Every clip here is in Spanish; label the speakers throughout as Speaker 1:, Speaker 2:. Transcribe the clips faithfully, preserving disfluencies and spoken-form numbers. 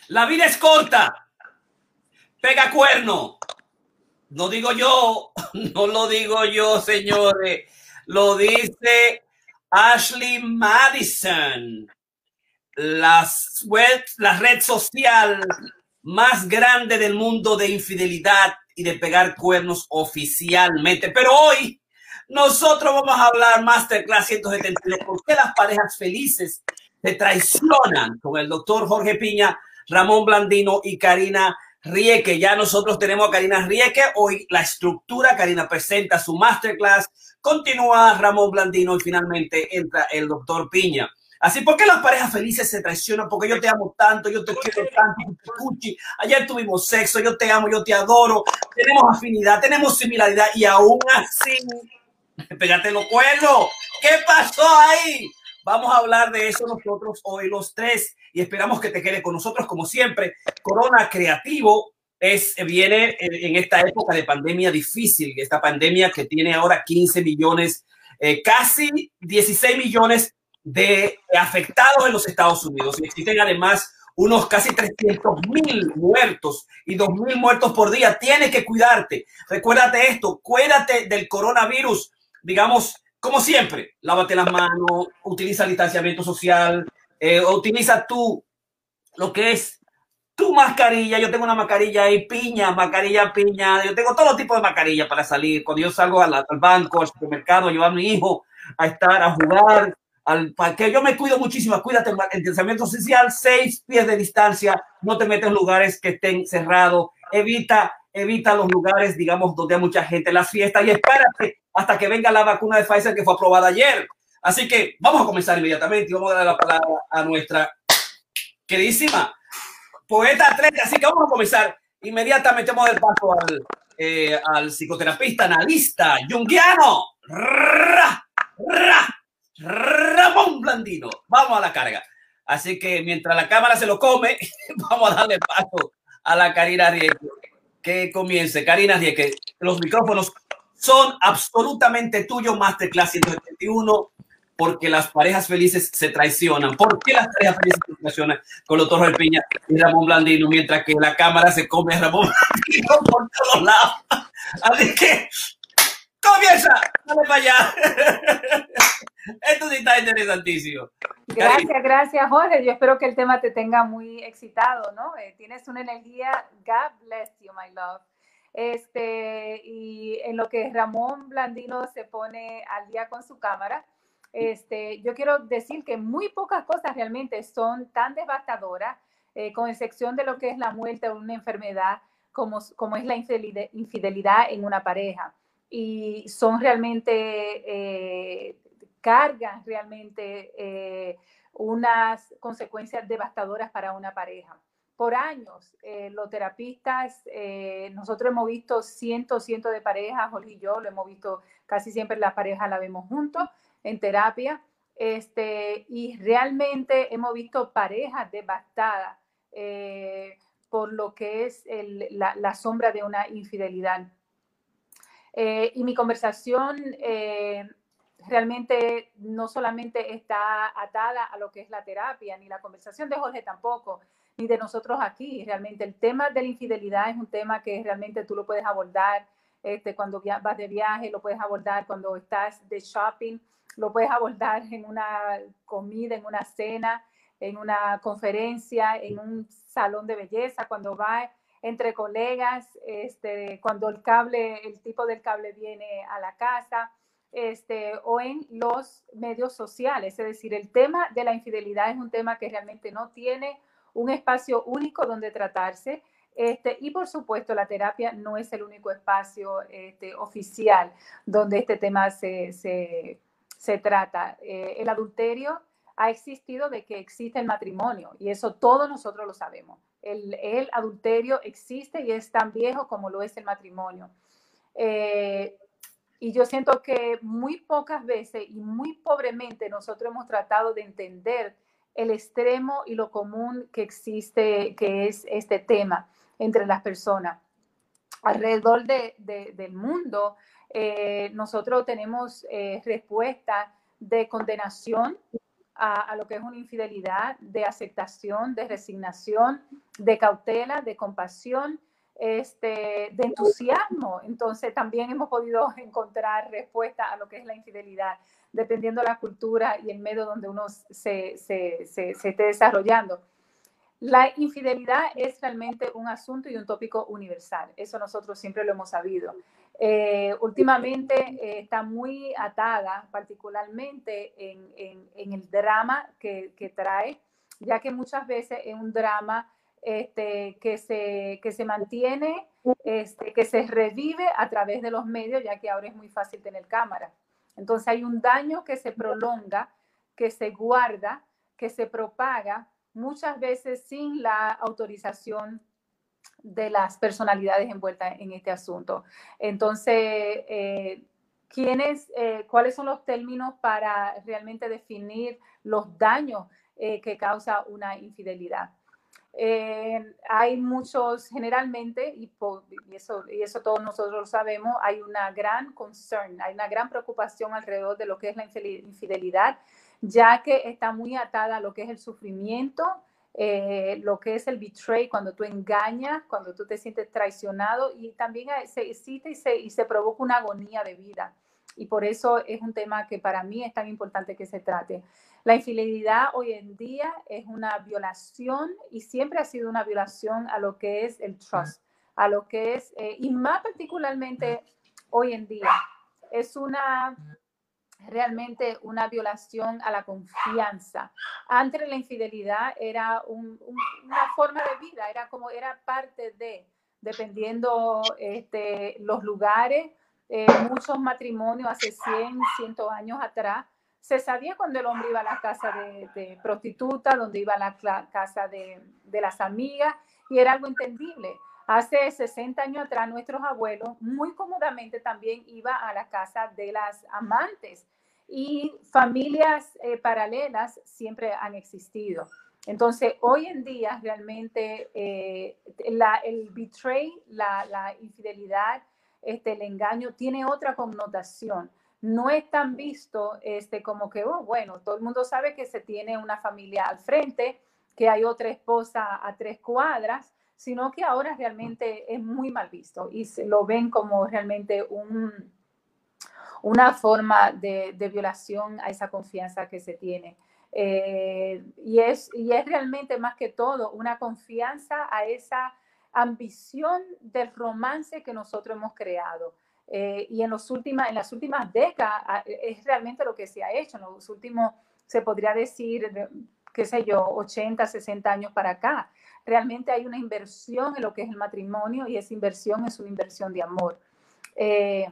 Speaker 1: La vida es corta. Pega cuerno. No digo yo, no lo digo yo, señores. Lo dice Ashley Madison, las web, la red social más grande del mundo de infidelidad y de pegar cuernos oficialmente. Pero hoy nosotros vamos a hablar Masterclass ciento setenta y dos, ¿por qué las parejas felices se traicionan? Con el doctor Jorge Piña, Ramón Blandino y Karina Rieke. Ya nosotros tenemos a Karina Rieke. Hoy la estructura, Karina presenta su Masterclass, continúa Ramón Blandino y finalmente entra el doctor Piña. Así, ¿por qué las parejas felices se traicionan? Porque yo te amo tanto, yo te quiero tanto, Cuchi. Ayer tuvimos sexo, yo te amo, yo te adoro, tenemos afinidad, tenemos similaridad y aún así, pégate los cuernos. ¿Qué pasó ahí? Vamos a hablar de eso nosotros hoy los tres y esperamos que te quede con nosotros como siempre. Corona Creativo es, viene en esta época de pandemia difícil, esta pandemia que tiene ahora quince millones, eh, casi dieciséis millones de afectados en los Estados Unidos y existen además unos casi trescientos mil muertos y dos mil muertos por día. Tienes que cuidarte. Recuérdate esto, cuídate del coronavirus. Digamos, como siempre, lávate las manos, utiliza el distanciamiento social, eh, utiliza tú lo que es tu mascarilla. Yo tengo una mascarilla ahí, piña, mascarilla piña. Yo tengo todo los tipos de mascarilla para salir. Cuando yo salgo al, al banco, al supermercado, llevar a mi hijo a estar, a jugar, al parque. Yo me cuido muchísimo. Cuídate, el distanciamiento social, seis pies de distancia. No te metes en lugares que estén cerrados. Evita, evita los lugares, digamos, donde hay mucha gente, las fiestas, y espérate hasta que venga la vacuna de Pfizer que fue aprobada ayer. Así que vamos a comenzar inmediatamente y vamos a dar la palabra a nuestra queridísima poeta atleta. Así que vamos a comenzar inmediatamente. Vamos a dar paso al, eh, al psicoterapista, analista, junguiano, ra, ra, Ramón Blandino. Vamos a la carga. Así que mientras la cámara se lo come, vamos a darle paso a la Karina Rieke. Que comience. Karina Rieke, los micrófonos son absolutamente tuyos. Masterclass ciento setenta y uno, porque las parejas felices se traicionan. ¿Por qué las parejas felices se traicionan? Con el doctor Jorge Piña y Ramón Blandino, mientras que la cámara se come a Ramón Blandino por todos lados. Así que comienza, dale para allá. Esto sí está interesantísimo.
Speaker 2: Gracias, Karina. Gracias, Jorge. Yo espero que el tema te tenga muy excitado, ¿no? Eh, tienes una energía. God bless you, my love. Este, y en lo que Ramón Blandino se pone al día con su cámara, este, yo quiero decir que muy pocas cosas realmente son tan devastadoras, eh, con excepción de lo que es la muerte o una enfermedad, como, como es la infidelidad, infidelidad en una pareja. Y son realmente, eh, cargan realmente eh, unas consecuencias devastadoras para una pareja. Por años, eh, los terapistas, eh, nosotros hemos visto cientos, cientos de parejas, Jorge y yo lo hemos visto, casi siempre las parejas la vemos juntos en terapia, este, y realmente hemos visto parejas devastadas eh, por lo que es el, la, la sombra de una infidelidad. Eh, y mi conversación eh, realmente no solamente está atada a lo que es la terapia, ni la conversación de Jorge tampoco, ni de nosotros aquí. Realmente el tema de la infidelidad es un tema que realmente tú lo puedes abordar este, cuando vas de viaje, lo puedes abordar cuando estás de shopping, lo puedes abordar en una comida, en una cena, en una conferencia, en un salón de belleza, cuando vas entre colegas, este, cuando el cable, el tipo del cable viene a la casa, este, o en los medios sociales. Es decir, el tema de la infidelidad es un tema que realmente no tiene un espacio único donde tratarse. Este, y por supuesto, la terapia no es el único espacio este, oficial donde este tema se, se, se trata. Eh, el adulterio ha existido de que existe el matrimonio y eso todos nosotros lo sabemos. El, el adulterio existe y es tan viejo como lo es el matrimonio. Eh, y yo siento que muy pocas veces y muy pobremente nosotros hemos tratado de entender el extremo y lo común que existe, que es este tema entre las personas. Alrededor de, de, del mundo, eh, nosotros tenemos eh, respuestas de condenación a, a lo que es una infidelidad, de aceptación, de resignación, de cautela, de compasión, este, de entusiasmo. Entonces también hemos podido encontrar respuesta a lo que es la infidelidad, dependiendo de la cultura y el medio donde uno se, se, se, se esté desarrollando. La infidelidad es realmente un asunto y un tópico universal. Eso nosotros siempre lo hemos sabido. Eh, últimamente eh, está muy atada, particularmente en, en, en el drama que, que trae, ya que muchas veces es un drama este, que, se, que se mantiene, este, que se revive a través de los medios, ya que ahora es muy fácil tener cámara. Entonces hay un daño que se prolonga, que se guarda, que se propaga, muchas veces sin la autorización de las personalidades envueltas en este asunto. Entonces, eh, ¿quiénes, eh, ¿cuáles son los términos para realmente definir los daños eh, que causa una infidelidad? Eh, hay muchos, generalmente, y, y, eso, y eso todos nosotros lo sabemos, hay una gran concern, hay una gran preocupación alrededor de lo que es la infidelidad, ya que está muy atada a lo que es el sufrimiento, eh, lo que es el betray, cuando tú engañas, cuando tú te sientes traicionado, y también se excita y se, y se provoca una agonía de vida. Y por eso es un tema que para mí es tan importante que se trate. La infidelidad hoy en día es una violación y siempre ha sido una violación a lo que es el trust, a lo que es, eh, y más particularmente hoy en día, es una realmente una violación a la confianza. Antes la infidelidad era un, un, una forma de vida, era como era parte de, dependiendo este, los lugares, eh, muchos matrimonios hace cien, cien años atrás, se sabía cuando el hombre iba a la casa de, de prostituta, donde iba a la, la casa de, de las amigas, y era algo entendible. Hace sesenta años atrás, nuestros abuelos muy cómodamente también iban a la casa de las amantes, y familias eh, paralelas siempre han existido. Entonces, hoy en día realmente eh, la, el betray, la, la infidelidad, este, el engaño, tiene otra connotación. No es tan visto este, como que, oh, bueno, todo el mundo sabe que se tiene una familia al frente, que hay otra esposa a tres cuadras, sino que ahora realmente es muy mal visto y se lo ven como realmente un, una forma de, de violación a esa confianza que se tiene. Eh, y, es, y es realmente más que todo una confianza a esa ambición del romance que nosotros hemos creado. Eh, y en, los últimas, en las últimas décadas es realmente lo que se ha hecho. En los últimos, se podría decir, qué sé yo, ochenta, sesenta años para acá. Realmente hay una inversión en lo que es el matrimonio y esa inversión es una inversión de amor. Eh,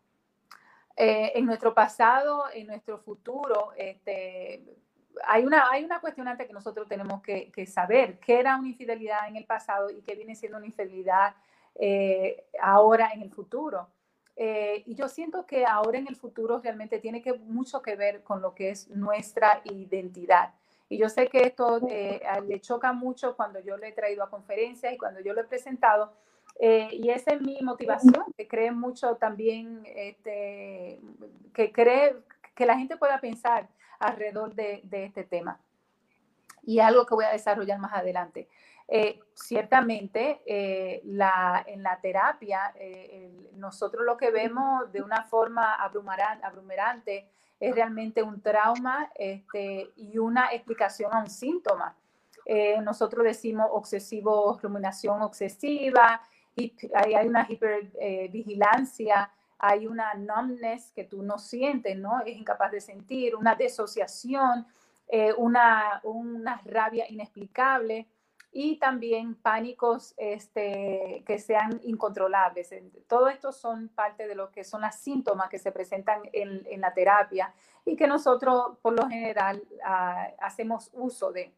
Speaker 2: eh, en nuestro pasado, en nuestro futuro, este, hay, una, hay una cuestionante que nosotros tenemos que, que saber, qué era una infidelidad en el pasado y qué viene siendo una infidelidad eh, ahora en el futuro. Eh, y yo siento que ahora en el futuro realmente tiene que, mucho que ver con lo que es nuestra identidad. Y yo sé que esto eh, le choca mucho cuando yo lo he traído a conferencias y cuando yo lo he presentado. Eh, y esa es mi motivación, que cree mucho también, este, que cree que la gente pueda pensar alrededor de, de este tema. Y algo que voy a desarrollar más adelante. Eh, ciertamente, eh, la, en la terapia, eh, el, nosotros lo que vemos de una forma abrumerante es realmente un trauma este, y una explicación a un síntoma. Eh, nosotros decimos obsesivo, ruminación obsesiva, y hay, hay una hipervigilancia, eh, hay una numbness que tú no sientes, ¿no? Es incapaz de sentir, una disociación, eh, una, una rabia inexplicable y también pánicos este, que sean incontrolables. Todo esto son parte de lo que son los síntomas que se presentan en, en la terapia y que nosotros por lo general uh, hacemos uso de.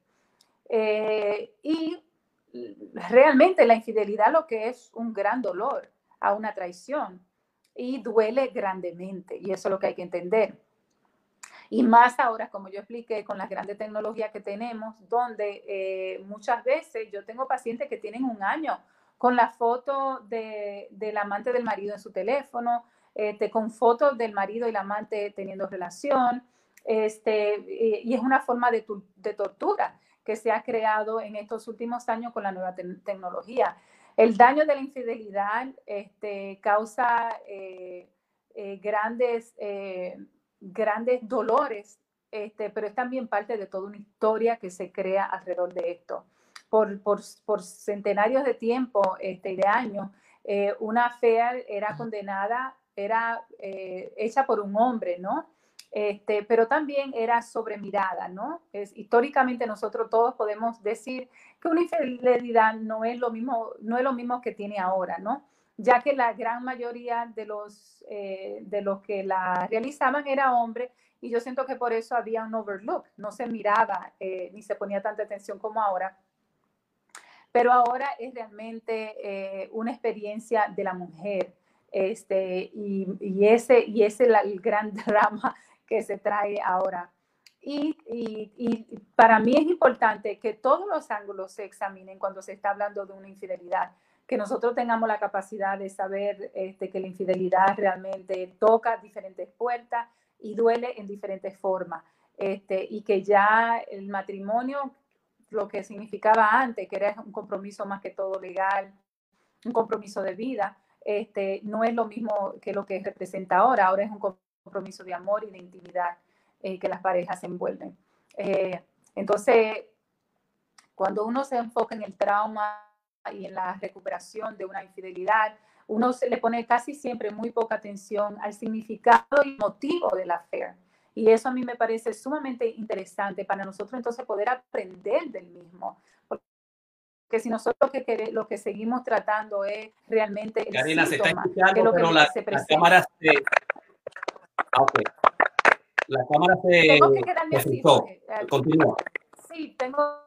Speaker 2: Eh, y realmente la infidelidad lo que es un gran dolor a una traición y duele grandemente, y eso es lo que hay que entender. Y más ahora, como yo expliqué, con las grandes tecnologías que tenemos, donde eh, muchas veces yo tengo pacientes que tienen un año con la foto de, del amante del marido en su teléfono, este, con fotos del marido y la amante teniendo relación, Este, y es una forma de, de tortura que se ha creado en estos últimos años con la nueva te tecnología. El daño de la infidelidad este, causa eh, eh, grandes, eh, grandes dolores, este, pero es también parte de toda una historia que se crea alrededor de esto. Por, por, por centenarios de tiempo este, y de años, eh, una affair era condenada, era eh, hecha por un hombre, ¿no? Este, pero también era sobremirada, ¿no? Es, históricamente nosotros todos podemos decir que una infidelidad no es lo mismo, no es lo mismo que tiene ahora, ¿no? Ya que la gran mayoría de los, eh, de los que la realizaban era hombre, y yo siento que por eso había un overlook, no se miraba eh, ni se ponía tanta atención como ahora. Pero ahora es realmente eh, una experiencia de la mujer, este, y, y ese, y ese es el gran drama que se trae ahora. Y, y, y, para mí es importante que todos los ángulos se examinen cuando se está hablando de una infidelidad, que nosotros tengamos la capacidad de saber este, que la infidelidad realmente toca diferentes puertas y duele en diferentes formas, este, y que ya el matrimonio, lo que significaba antes, que era un compromiso más que todo legal, un compromiso de vida, este, no es lo mismo que lo que representa ahora. Ahora es un compromiso de amor y de intimidad eh, que las parejas se envuelven. Eh, entonces, cuando uno se enfoca en el trauma y en la recuperación de una infidelidad, uno se le pone casi siempre muy poca atención al significado y motivo del affair. Y eso a mí me parece sumamente interesante para nosotros entonces poder aprender del mismo. Porque si nosotros lo que, lo que seguimos tratando es realmente el
Speaker 1: Karina,
Speaker 2: síntoma,
Speaker 1: se está escuchando,
Speaker 2: que es lo
Speaker 1: pero
Speaker 2: que
Speaker 1: la,
Speaker 2: se
Speaker 1: la cámara se... Okay. La cámara se...
Speaker 2: Tengo que quedarme así, Jorge.
Speaker 1: Continúa.
Speaker 2: Sí, tengo...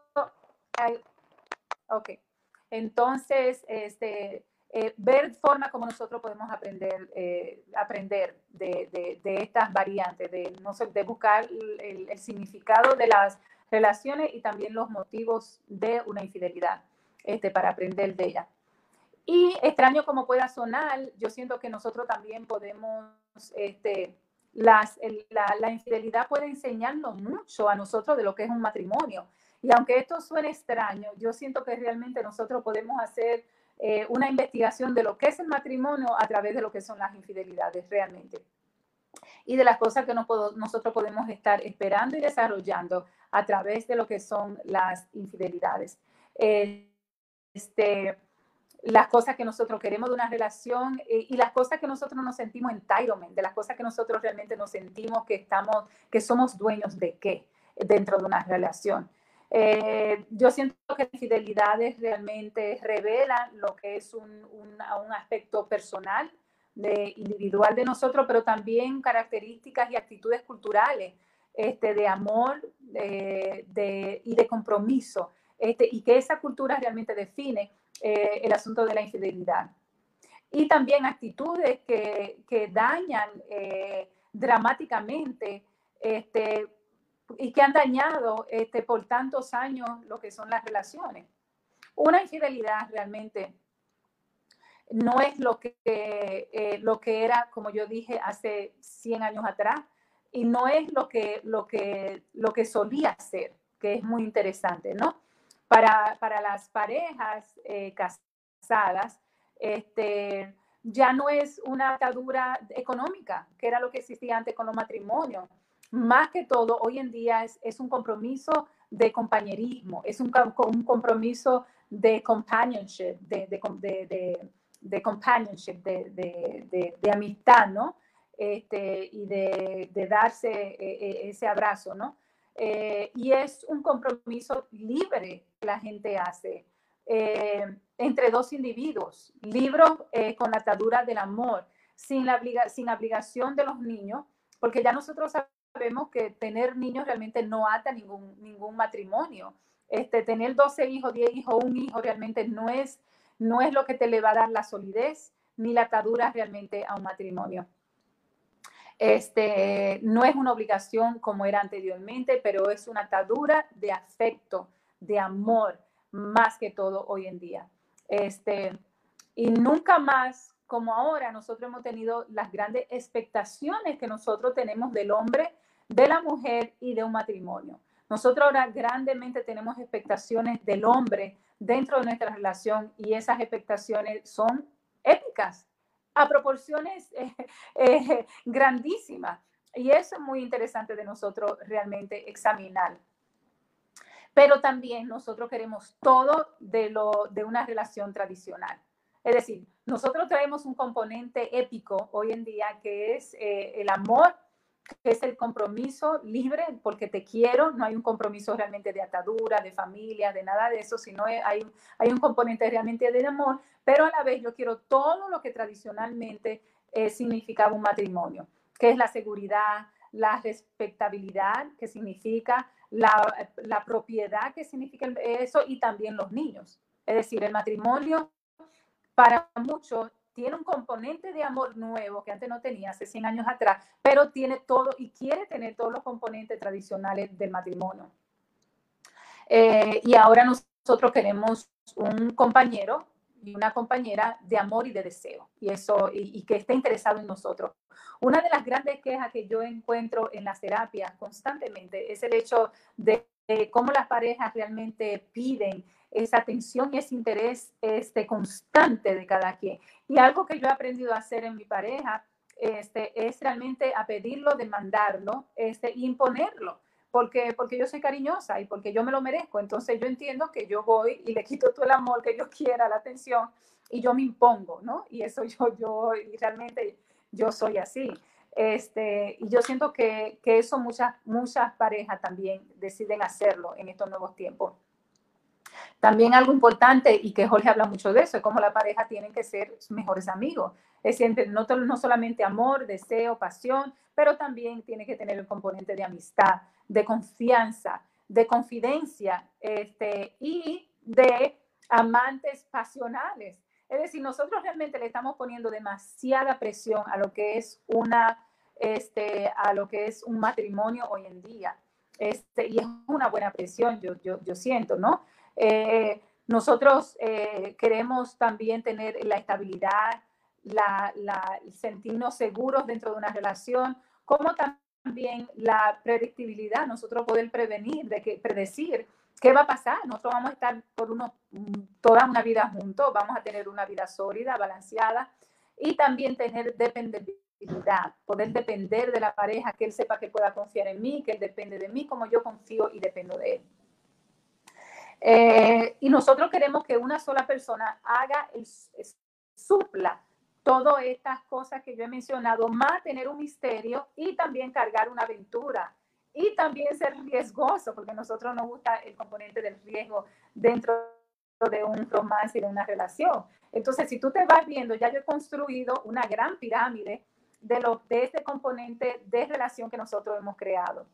Speaker 2: Ok. Entonces, este... Eh, ver forma como nosotros podemos aprender, eh, aprender de, de, de, estas variantes, de, no sé, de buscar el, el significado de las relaciones y también los motivos de una infidelidad, este, para aprender de ella. Y extraño como pueda sonar, yo siento que nosotros también podemos, este, las, el, la, la infidelidad puede enseñarnos mucho a nosotros de lo que es un matrimonio. Y aunque esto suene extraño, yo siento que realmente nosotros podemos hacer eh, una investigación de lo que es el matrimonio a través de lo que son las infidelidades realmente. Y de las cosas que no puedo, nosotros podemos estar esperando y desarrollando a través de lo que son las infidelidades. Eh, este, las cosas que nosotros queremos de una relación eh, y las cosas que nosotros nos sentimos entitlement, de las cosas que nosotros realmente nos sentimos que estamos, que somos dueños de qué dentro de una relación. Eh, yo siento que las infidelidades realmente revelan lo que es un, un, un aspecto personal, de, individual de nosotros, pero también características y actitudes culturales este, de amor de, de, y de compromiso, este, y que esa cultura realmente define eh, el asunto de la infidelidad. Y también actitudes que, que dañan eh, dramáticamente este, y que han dañado este, por tantos años lo que son las relaciones. Una infidelidad realmente no es lo que, eh, lo que era, como yo dije, hace cien años atrás, y no es lo que, lo que, lo que solía ser, que es muy interesante, ¿no? Para, para las parejas eh, casadas, este, ya no es una atadura económica, que era lo que existía antes con los matrimonios. Más que todo, hoy en día es, es un compromiso de compañerismo, es un, un compromiso de companionship, de, de, de, de, de companionship, de, de, de, de amistad, ¿no? Este, y de, de darse eh, ese abrazo, ¿no? Eh, y es un compromiso libre que la gente hace eh, entre dos individuos, libros eh, con la atadura del amor, sin la obliga sin obligación de los niños, porque ya nosotros sabemos que tener niños realmente no ata ningún, ningún matrimonio. Este, tener doce hijos, diez hijos, un hijo realmente no es, no es lo que te le va a dar la solidez ni la atadura realmente a un matrimonio. Este, no es una obligación como era anteriormente, pero es una atadura de afecto, de amor, más que todo hoy en día. Este, y nunca más, como ahora, nosotros hemos tenido las grandes expectaciones que nosotros tenemos del hombre de la mujer y de un matrimonio. Nosotros ahora grandemente tenemos expectaciones del hombre dentro de nuestra relación y esas expectaciones son épicas, a proporciones eh, eh, grandísimas. Y eso es muy interesante de nosotros realmente examinar. Pero también nosotros queremos todo de, lo, de una relación tradicional. Es decir, nosotros traemos un componente épico hoy en día que es eh, el amor, que es el compromiso libre porque te quiero. No hay un compromiso realmente de atadura, de familia, de nada de eso, sino hay, hay un componente realmente de amor, pero a la vez yo quiero todo lo que tradicionalmente eh, significaba un matrimonio, que es la seguridad, la respetabilidad, que significa la, la propiedad, que significa eso, y también los niños. Es decir, el matrimonio para muchos tiene un componente de amor nuevo que antes no tenía, hace cien años atrás, pero tiene todo y quiere tener todos los componentes tradicionales del matrimonio. Eh, y ahora nosotros queremos un compañero y una compañera de amor y de deseo, y, eso, y, y que esté interesado en nosotros. Una de las grandes quejas que yo encuentro en las terapias constantemente es el hecho de, de cómo las parejas realmente piden esa atención y ese interés este, constante de cada quien. Y algo que yo he aprendido a hacer en mi pareja este, es realmente a pedirlo, demandarlo, este, imponerlo. Porque, porque yo soy cariñosa y porque yo me lo merezco. Entonces yo entiendo que yo voy y le quito todo el amor que yo quiera, la atención, y yo me impongo, ¿no? Y eso yo, yo y realmente yo soy así. Este, y yo siento que, que eso muchas, muchas parejas también deciden hacerlo en estos nuevos tiempos. También algo importante, y que Jorge habla mucho de eso, es cómo la pareja tienen que ser mejores amigos. Es decir, no, no solamente amor, deseo, pasión, pero también tiene que tener el componente de amistad, de confianza, de confidencia este, y de amantes pasionales. Es decir, nosotros realmente le estamos poniendo demasiada presión a lo que es, una, este, a lo que es un matrimonio hoy en día. Este, y es una buena presión, yo, yo, yo siento, ¿no? Eh, nosotros eh, queremos también tener la estabilidad, la, la, sentirnos seguros dentro de una relación, como también la predictibilidad, nosotros poder prevenir, de que, predecir qué va a pasar. Nosotros vamos a estar por uno, toda una vida juntos, vamos a tener una vida sólida, balanceada, y también tener dependibilidad, poder depender de la pareja, que él sepa que pueda confiar en mí, que él depende de mí, como yo confío y dependo de él. Eh, y nosotros queremos que una sola persona haga, el, supla todas estas cosas que yo he mencionado, más tener un misterio y también cargar una aventura y también ser riesgoso, porque a nosotros nos gusta el componente del riesgo dentro de un romance y de una relación. Entonces, si tú te vas viendo, ya yo he construido una gran pirámide de, lo, de este componente de relación que nosotros hemos creado.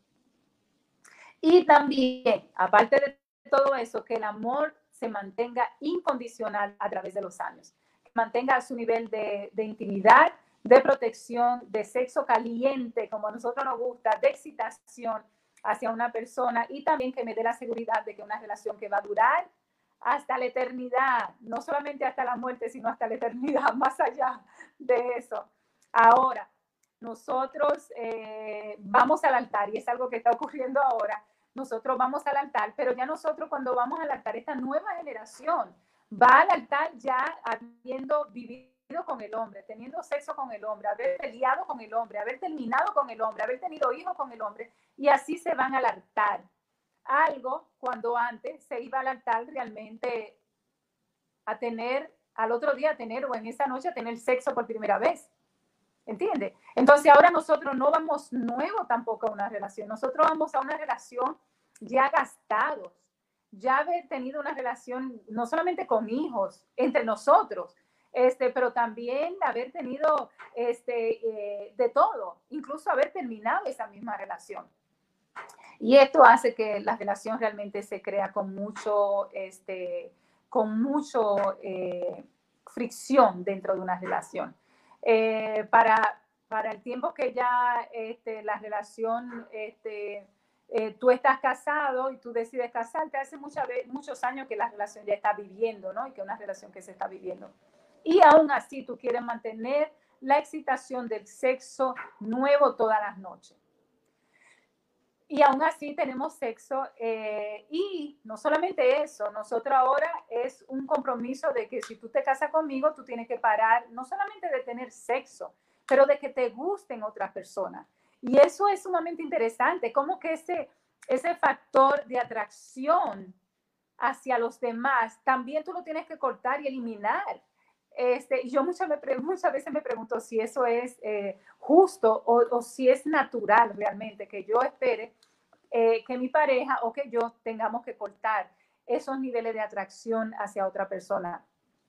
Speaker 2: Y también, aparte de todo eso, que el amor se mantenga incondicional a través de los años, que mantenga su nivel de, de intimidad, de protección, de sexo caliente, como a nosotros nos gusta, de excitación hacia una persona, y también que me dé la seguridad de que una relación que va a durar hasta la eternidad, no solamente hasta la muerte, sino hasta la eternidad, más allá de eso. Ahora, nosotros eh, vamos al altar, y es algo que está ocurriendo ahora. Nosotros vamos al altar, pero ya nosotros cuando vamos al altar, esta nueva generación va al altar ya habiendo vivido con el hombre, teniendo sexo con el hombre, haber peleado con el hombre, haber terminado con el hombre, haber tenido hijos con el hombre, y así se van al altar. Algo cuando antes se iba al altar realmente a tener, al otro día a tener, o en esa noche a tener sexo por primera vez. ¿Entiendes? Entonces ahora nosotros no vamos nuevo tampoco a una relación, nosotros vamos a una relación ya gastados, ya haber tenido una relación no solamente con hijos, entre nosotros, este, pero también haber tenido este, eh, de todo, incluso haber terminado esa misma relación. Y esto hace que la relación realmente se crea con mucho, este, con mucho eh, fricción dentro de una relación. Eh, para, para el tiempo que ya este, la relación, este, eh, tú estás casado y tú decides casarte, hace mucha, muchos años que la relación ya está viviendo, ¿no? Y que es una relación que se está viviendo. Y aún así tú quieres mantener la excitación del sexo nuevo todas las noches. y aún así tenemos sexo. Eh, y no solamente eso, nosotros ahora es un compromiso de que si tú te casas conmigo, tú tienes que parar no solamente de tener sexo, pero de que te gusten otras personas. Y eso es sumamente interesante, como que ese, ese factor de atracción hacia los demás, también tú lo tienes que cortar y eliminar. Este, yo muchas, me, muchas veces me pregunto si eso es eh, justo o, o si es natural realmente, que yo espere eh, que mi pareja o que yo tengamos que cortar esos niveles de atracción hacia otra persona.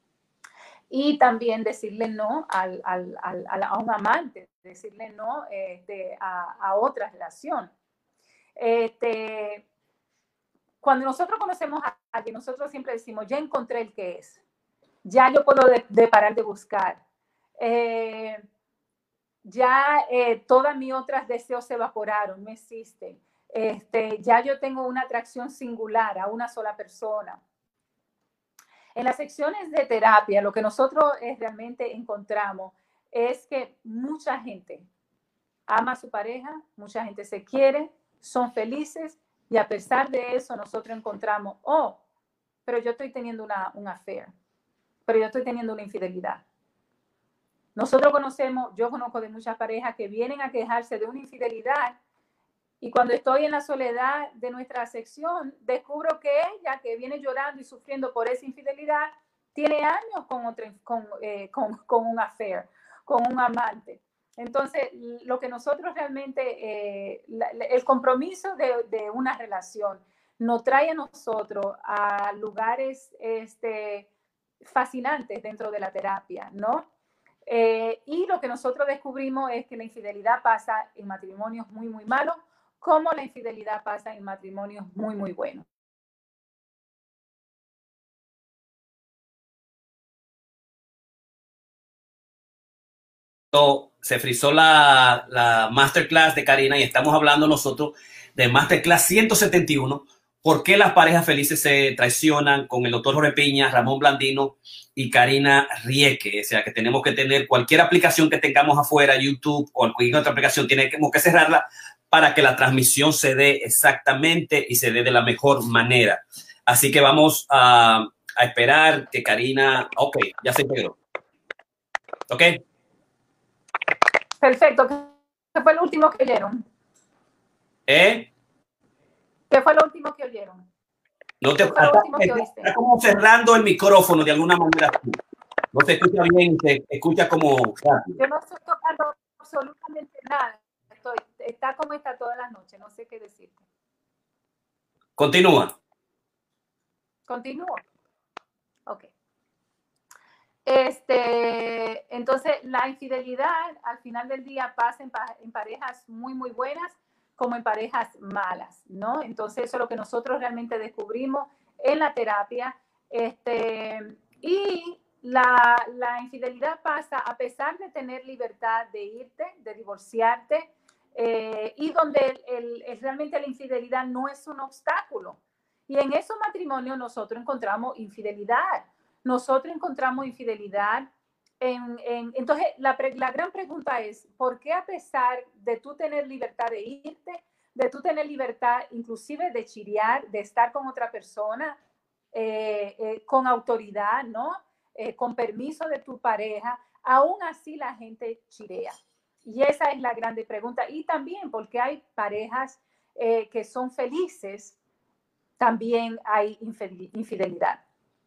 Speaker 2: Y también decirle no al, al, al, a un amante, decirle no este, a, a otra relación. Este, cuando nosotros conocemos a alguien, nosotros siempre decimos, ya encontré el que es, ya yo puedo de, de parar de buscar, eh, ya eh, todas mis otras deseos se evaporaron, no existen, este, ya yo tengo una atracción singular a una sola persona. En las secciones de terapia, lo que nosotros eh, realmente encontramos es que mucha gente ama a su pareja, mucha gente se quiere, son felices, y a pesar de eso nosotros encontramos, oh, pero yo estoy teniendo una, un affair, pero yo estoy teniendo una infidelidad. Nosotros conocemos, yo conozco de muchas parejas que vienen a quejarse de una infidelidad, y cuando estoy en la soledad de nuestra sección, descubro que ella, que viene llorando y sufriendo por esa infidelidad, tiene años con, otro, con, eh, con, con un affair, con un amante. Entonces, lo que nosotros realmente, eh, la, el compromiso de, de una relación nos trae a nosotros a lugares este, fascinantes dentro de la terapia, ¿no? Eh, y lo que nosotros descubrimos es que la infidelidad pasa en matrimonios muy, muy malos, como la infidelidad pasa en matrimonios muy, muy buenos.
Speaker 1: Se frizó la, la masterclass de Karina y estamos hablando nosotros de masterclass ciento setenta y uno, por qué las parejas felices se traicionan, con el doctor Jorge Piña, Ramón Blandino y Karina Rieke. O sea que tenemos que tener cualquier aplicación que tengamos afuera, YouTube o cualquier otra aplicación, tenemos que cerrarla para que la transmisión se dé exactamente y se dé de la mejor manera. Así que vamos a, a esperar que Karina, ok, ya se integró. Ok.
Speaker 2: Perfecto. ¿Qué fue lo último que oyeron?
Speaker 1: ¿Eh?
Speaker 2: ¿Qué fue lo último que oyeron?
Speaker 1: No te, ¿Qué fue lo último que oíste? Está como cerrando el micrófono de alguna manera. No se escucha bien, se escucha como rápido.
Speaker 2: Yo no estoy tocando absolutamente nada. Estoy, está como está todas las noches. No sé qué decirte.
Speaker 1: Continúa.
Speaker 2: Continúo. Ok. Este, entonces, la infidelidad al final del día pasa en, en parejas muy, muy buenas como en parejas malas, ¿no? Entonces, eso es lo que nosotros realmente descubrimos en la terapia. Este, y la, la infidelidad pasa a pesar de tener libertad de irte, de divorciarte, eh, y donde el, el, el, realmente la infidelidad no es un obstáculo. Y en esos matrimonios nosotros encontramos infidelidad. Nosotros encontramos infidelidad. En, en, entonces, la, la gran pregunta es, ¿por qué a pesar de tú tener libertad de irte, de tú tener libertad inclusive de chirear, de estar con otra persona, eh, eh, con autoridad, ¿no? Eh, con permiso de tu pareja, aún así la gente chirea? Y esa es la grande pregunta. Y también porque hay parejas eh, que son felices, también hay infidelidad.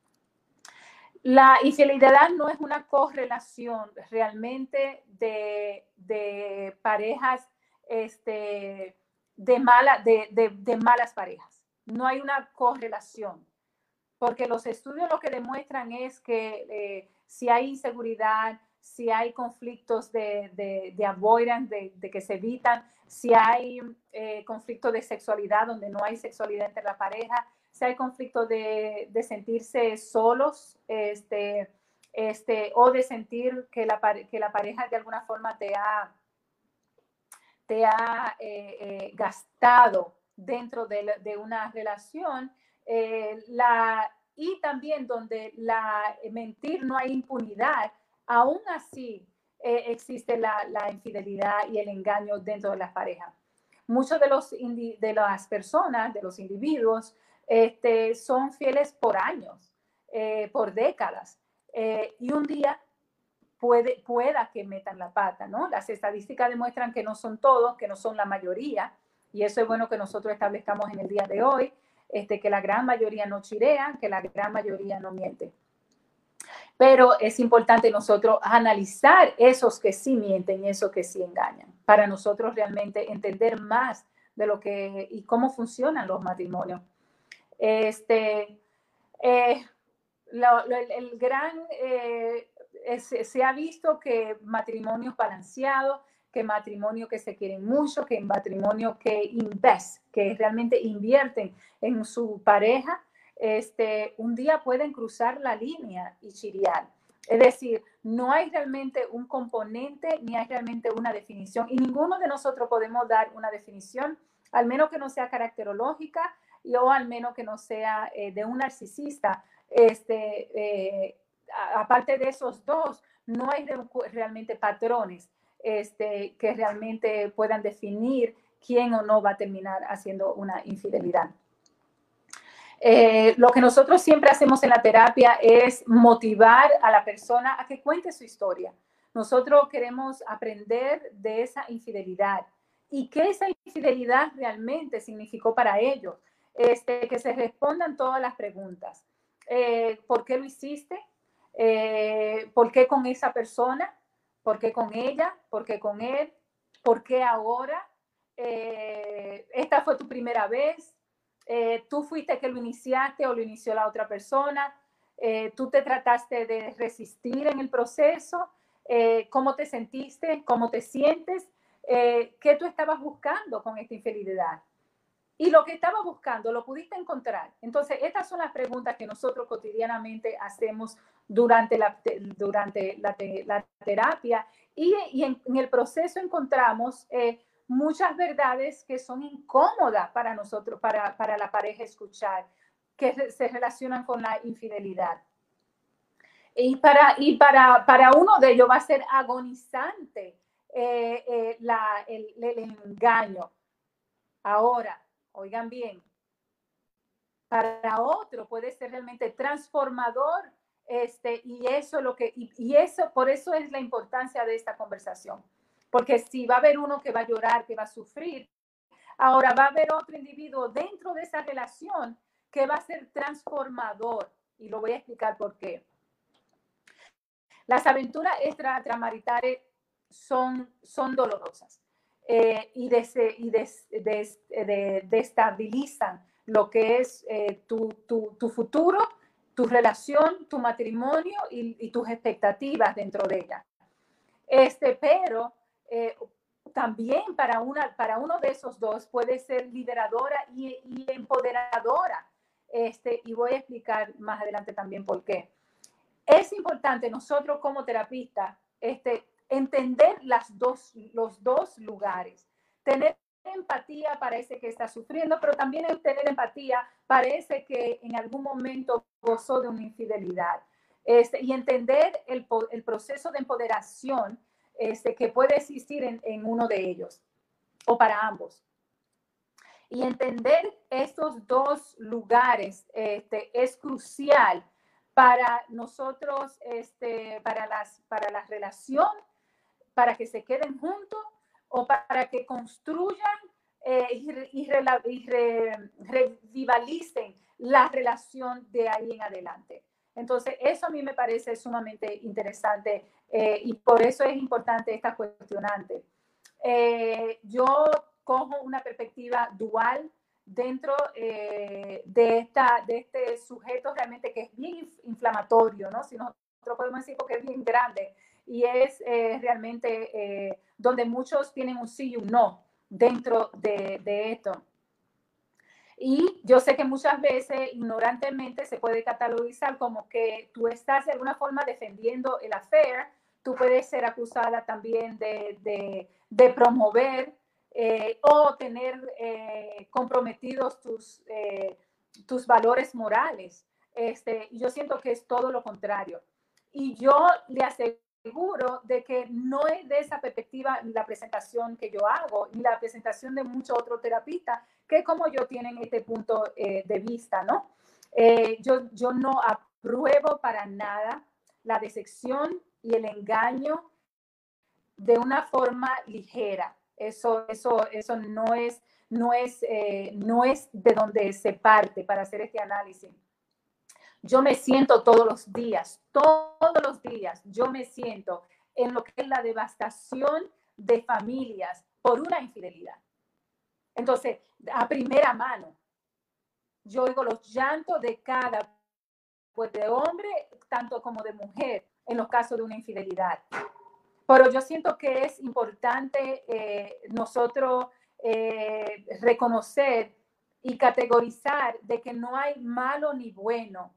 Speaker 2: La infidelidad no es una correlación realmente de, de parejas, este, de, mala, de, de, de malas parejas. No hay una correlación, porque los estudios lo que demuestran es que eh, si hay inseguridad, si hay conflictos de, de, de avoidance, de, de que se evitan, si hay eh, conflictos de sexualidad donde no hay sexualidad entre la pareja, si hay conflicto de, de sentirse solos, este, este, o de sentir que la, que la pareja de alguna forma te ha, te ha eh, eh, gastado dentro de, de una relación, eh, la, y también donde la mentir no hay impunidad, aún así eh, existe la, la infidelidad y el engaño dentro de las parejas. muchos de, los de las personas, de los individuos, este, son fieles por años, eh, por décadas, eh, y un día puede, pueda que metan la pata, ¿no? Las estadísticas demuestran que no son todos, que no son la mayoría, y eso es bueno que nosotros establezcamos en el día de hoy, este, que la gran mayoría no chirea, que la gran mayoría no miente. Pero es importante nosotros analizar esos que sí mienten y esos que sí engañan, para nosotros realmente entender más de lo que y cómo funcionan los matrimonios. Este, eh, lo, lo, el, el gran, eh, es, se ha visto que matrimonios balanceados, que matrimonios que se quieren mucho, que matrimonios que invest, que realmente invierten en su pareja, este, un día pueden cruzar la línea y chiriar. Es decir, no hay realmente un componente ni hay realmente una definición y ninguno de nosotros podemos dar una definición, al menos que no sea caracterológica y o al menos que no sea eh, de un narcisista. Este, eh, aparte de esos dos, no hay realmente patrones este, que realmente puedan definir quién o no va a terminar haciendo una infidelidad. Eh, lo que nosotros siempre hacemos en la terapia es motivar a la persona a que cuente su historia. Nosotros queremos aprender de esa infidelidad y qué esa infidelidad realmente significó para ellos. Este, que se respondan todas las preguntas. Eh, ¿Por qué lo hiciste? Eh, ¿Por qué con esa persona? ¿Por qué con ella? ¿Por qué con él? ¿Por qué ahora? Eh, ¿Esta fue tu primera vez? Eh, ¿Tú fuiste que lo iniciaste o lo inició la otra persona? Eh, ¿Tú te trataste de resistir en el proceso? Eh, ¿Cómo te sentiste? ¿Cómo te sientes? Eh, ¿Qué tú estabas buscando con esta infidelidad? Y lo que estaba buscando, ¿lo pudiste encontrar? Entonces, estas son las preguntas que nosotros cotidianamente hacemos durante la, durante la, la terapia y, y en, en el proceso encontramos eh, muchas verdades que son incómodas para nosotros, para, para la pareja escuchar, que se relacionan con la infidelidad. Y para, y para, para uno de ellos va a ser agonizante eh, eh, la, el, el engaño. Ahora, oigan bien, para otro puede ser realmente transformador, este, y eso lo que, y, y eso, por eso es la importancia de esta conversación, porque si va a haber uno que va a llorar, que va a sufrir, ahora va a haber otro individuo dentro de esa relación que va a ser transformador, y lo voy a explicar por qué. Las aventuras extramaritales son, son dolorosas. Eh, y, des, y des, des, de, destabilizan lo que es eh, tu, tu, tu futuro, tu relación, tu matrimonio y, y tus expectativas dentro de ella. Este, pero eh, también para, una, para uno de esos dos puede ser liberadora y, y empoderadora. Este, y voy a explicar más adelante también por qué. Es importante nosotros como terapistas este, entender las dos, los dos lugares. Tener empatía para ese que está sufriendo, pero también tener empatía para ese que en algún momento gozó de una infidelidad. Este, y entender el, el proceso de empoderación este, que puede existir en, en uno de ellos o para ambos. Y entender estos dos lugares este, es crucial para nosotros, este, para, las, para la relación, para que se queden juntos o para que construyan eh, y, y, re, y re, revivalicen la relación de ahí en adelante. Entonces, eso a mí me parece sumamente interesante eh, y por eso es importante esta cuestionante. Eh, yo cojo una perspectiva dual dentro eh, de, esta, de este sujeto realmente que es bien inflamatorio, ¿no? Si nosotros podemos decir porque es bien grande y es eh, realmente eh, donde muchos tienen un sí y un no dentro de, de esto. Y yo sé que muchas veces ignorantemente se puede catalogizar como que tú estás de alguna forma defendiendo el affair, tú puedes ser acusada también de, de, de promover eh, o tener eh, comprometidos tus, eh, tus valores morales. Este, yo siento que es todo lo contrario. Y yo le aseguro aseguro de que no es de esa perspectiva la presentación que yo hago, ni la presentación de muchos otros terapistas que como yo tienen este punto eh, de vista, ¿no? Eh, yo, yo no apruebo para nada la decepción y el engaño de una forma ligera. Eso, eso, eso no es, no es, eh, no es de donde se parte para hacer este análisis. Yo me siento todos los días, todos los días, yo me siento en lo que es la devastación de familias por una infidelidad. Entonces, a primera mano, yo oigo los llantos de cada, pues de hombre, tanto como de mujer, en los casos de una infidelidad. Pero yo siento que es importante eh, nosotros eh, reconocer y categorizar de que no hay malo ni bueno,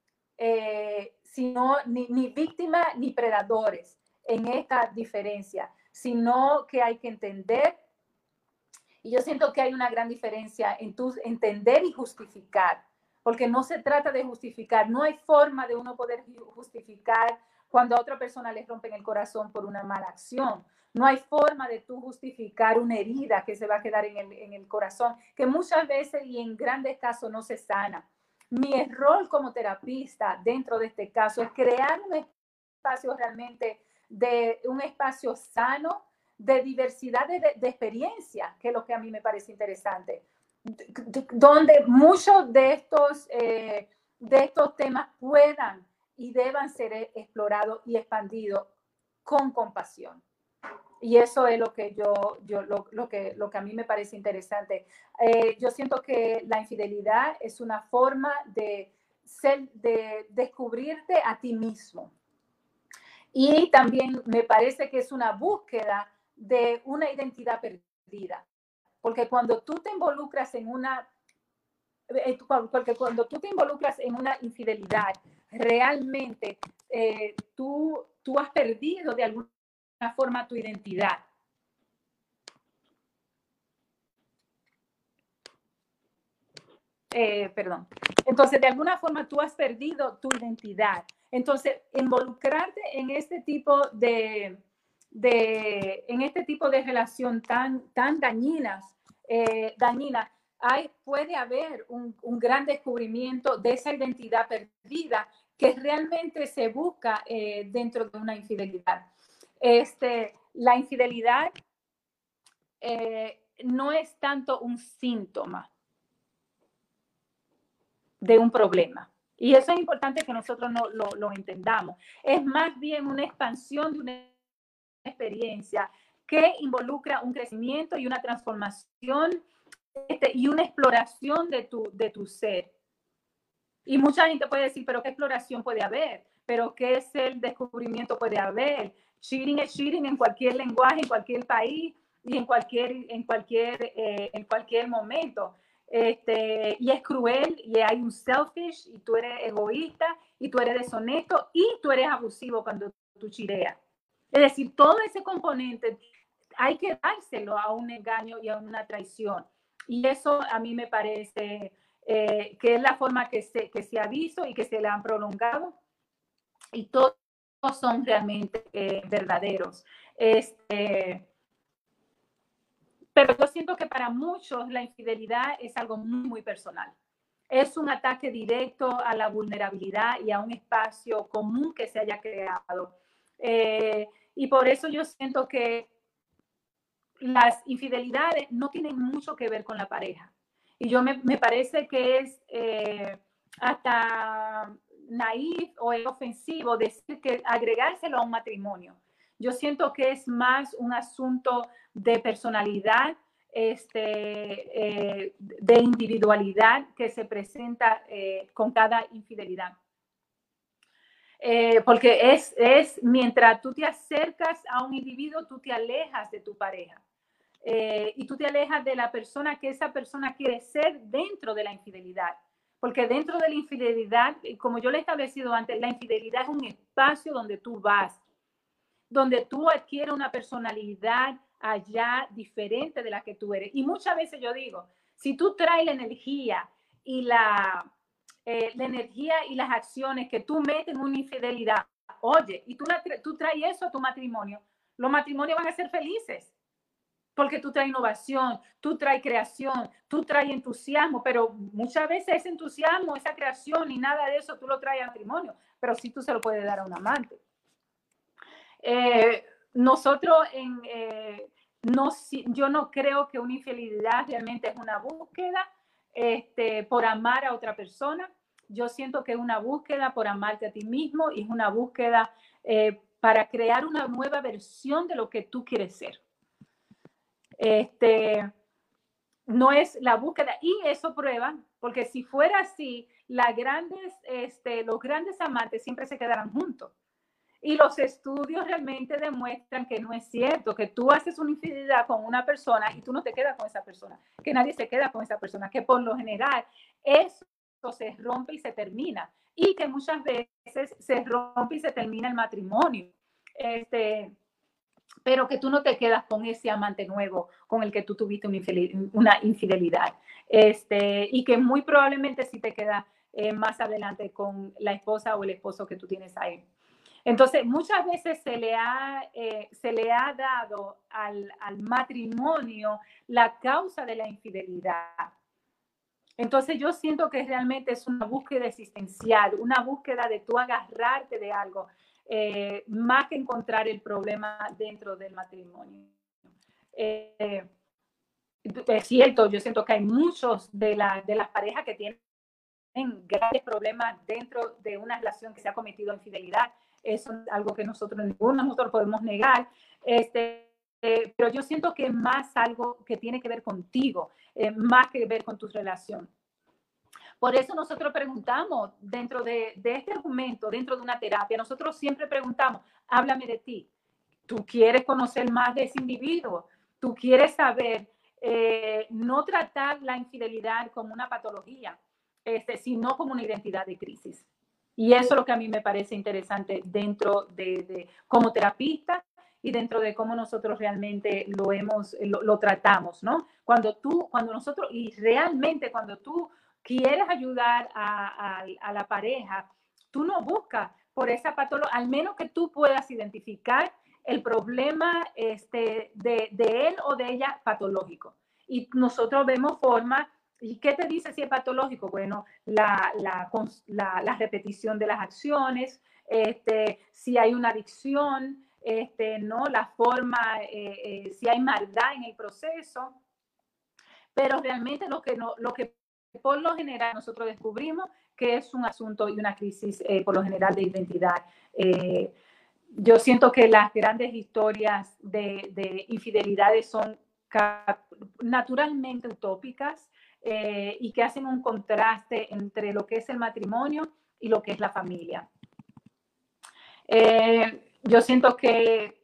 Speaker 2: eh, sino ni, ni víctimas ni predadores en esta diferencia, sino que hay que entender. Y yo siento que hay una gran diferencia en tu entender y justificar, porque no se trata de justificar, no hay forma de uno poder justificar cuando a otra persona le rompen el corazón por una mala acción. No hay forma de tú justificar una herida que se va a quedar en el, en el corazón, que muchas veces y en grandes casos no se sana. Mi rol como terapista dentro de este caso es crear un espacio realmente de un espacio sano, de diversidad de, de, de experiencia, que es lo que a mí me parece interesante, donde muchos de estos, eh, de estos temas puedan y deban ser explorados y expandidos con compasión. Y eso es lo que yo, yo lo, lo, que, lo que a mí me parece interesante. Eh, yo siento que la infidelidad es una forma de, ser, de descubrirte a ti mismo. Y también me parece que es una búsqueda de una identidad perdida. Porque cuando tú te involucras en una, porque cuando tú te involucras en una infidelidad, realmente eh, tú, tú has perdido de alguna forma tu identidad. Eh, perdón. Entonces, de alguna forma tú has perdido tu identidad. Entonces, involucrarte en este tipo de, de en este tipo de relación tan, tan dañinas, eh, dañina, hay, puede haber un, un gran descubrimiento de esa identidad perdida que realmente se busca eh, dentro de una infidelidad. Este, la infidelidad eh, no es tanto un síntoma de un problema. Y eso es importante que nosotros no, lo, lo entendamos. Es más bien una expansión de una experiencia que involucra un crecimiento y una transformación este, y una exploración de tu, de tu ser. Y mucha gente puede decir, pero ¿qué exploración puede haber? ¿Pero qué es el descubrimiento puede haber? Cheating es cheating en cualquier lenguaje, en cualquier país y en cualquier, en cualquier, eh, en cualquier momento. Este, y es cruel y hay un selfish y tú eres egoísta y tú eres deshonesto y tú eres abusivo cuando tú chireas. Es decir, todo ese componente hay que dárselo a un engaño y a una traición. Y eso a mí me parece eh, que es la forma que se, que se ha visto y que se le han prolongado. Y todos son realmente eh, verdaderos. Este, pero yo siento que para muchos la infidelidad es algo muy, muy personal. Es un ataque directo a la vulnerabilidad y a un espacio común que se haya creado. Eh, y por eso yo siento que las infidelidades no tienen mucho que ver con la pareja. Y yo me, me parece que es eh, hasta naif o es ofensivo decir que agregárselo a un matrimonio. Yo siento que es más un asunto de personalidad, este, eh, de individualidad que se presenta eh, con cada infidelidad. Eh, porque es, es mientras tú te acercas a un individuo, tú te alejas de tu pareja. Eh, y tú te alejas de la persona que esa persona quiere ser dentro de la infidelidad. Porque dentro de la infidelidad, como yo le he establecido antes, la infidelidad es un espacio donde tú vas, donde tú adquieres una personalidad allá diferente de la que tú eres. Y muchas veces yo digo, si tú traes la energía y la, eh, la energía y las acciones que tú metes en una infidelidad oye, y tú, la, tú traes eso a tu matrimonio, los matrimonios van a ser felices. Porque tú traes innovación, tú traes creación, tú traes entusiasmo, pero muchas veces ese entusiasmo, esa creación y nada de eso tú lo traes al matrimonio, pero sí tú se lo puedes dar a un amante. Eh, nosotros, en, eh, no, yo no creo que una infidelidad realmente es una búsqueda este, por amar a otra persona. Yo siento que es una búsqueda por amarte a ti mismo y es una búsqueda eh, para crear una nueva versión de lo que tú quieres ser. Este, no es la búsqueda, y eso prueba, porque si fuera así, las grandes, este, los grandes amantes siempre se quedarán juntos. Y los estudios realmente demuestran que no es cierto, que tú haces una infidelidad con una persona y tú no te quedas con esa persona, que nadie se queda con esa persona, que por lo general eso se rompe y se termina, y que muchas veces se rompe y se termina el matrimonio. Este, pero que tú no te quedas con ese amante nuevo con el que tú tuviste una infidelidad, una infidelidad. Este, y que muy probablemente sí te queda eh, más adelante con la esposa o el esposo que tú tienes ahí. Entonces, muchas veces se le ha, eh, se le ha dado al, al matrimonio la causa de la infidelidad. Entonces, yo siento que realmente es una búsqueda existencial, una búsqueda de tú agarrarte de algo, eh, más que encontrar el problema dentro del matrimonio. Eh, es cierto, yo siento que hay muchos de, la, de las parejas que tienen grandes problemas dentro de una relación que se ha cometido infidelidad. Eso es algo que nosotros, ninguno de nosotros podemos negar. Este, eh, pero yo siento que es más algo que tiene que ver contigo, eh, más que ver con tu relación. Por eso nosotros preguntamos dentro de, de este argumento, dentro de una terapia, nosotros siempre preguntamos, háblame de ti. ¿Tú quieres conocer más de ese individuo? ¿Tú quieres saber, eh, no tratar la infidelidad como una patología, este, sino como una identidad de crisis? Y eso es lo que a mí me parece interesante dentro de, de como terapista y dentro de cómo nosotros realmente lo hemos, lo, lo tratamos, ¿no? Cuando tú, cuando nosotros, y realmente cuando tú quieres ayudar a, a, a la pareja, tú no buscas por esa patología, al menos que tú puedas identificar el problema este, de, de él o de ella patológico. Y nosotros vemos formas. ¿Y qué te dice si es patológico? Bueno, la, la, la, la repetición de las acciones, este, si hay una adicción, este, ¿no? La forma, eh, eh, si hay maldad en el proceso. Pero realmente lo que, no, lo que por lo general nosotros descubrimos que es un asunto y una crisis eh, por lo general de identidad. Eh, yo siento que las grandes historias de, de infidelidades son naturalmente utópicas eh, y que hacen un contraste entre lo que es el matrimonio y lo que es la familia. Eh, yo siento que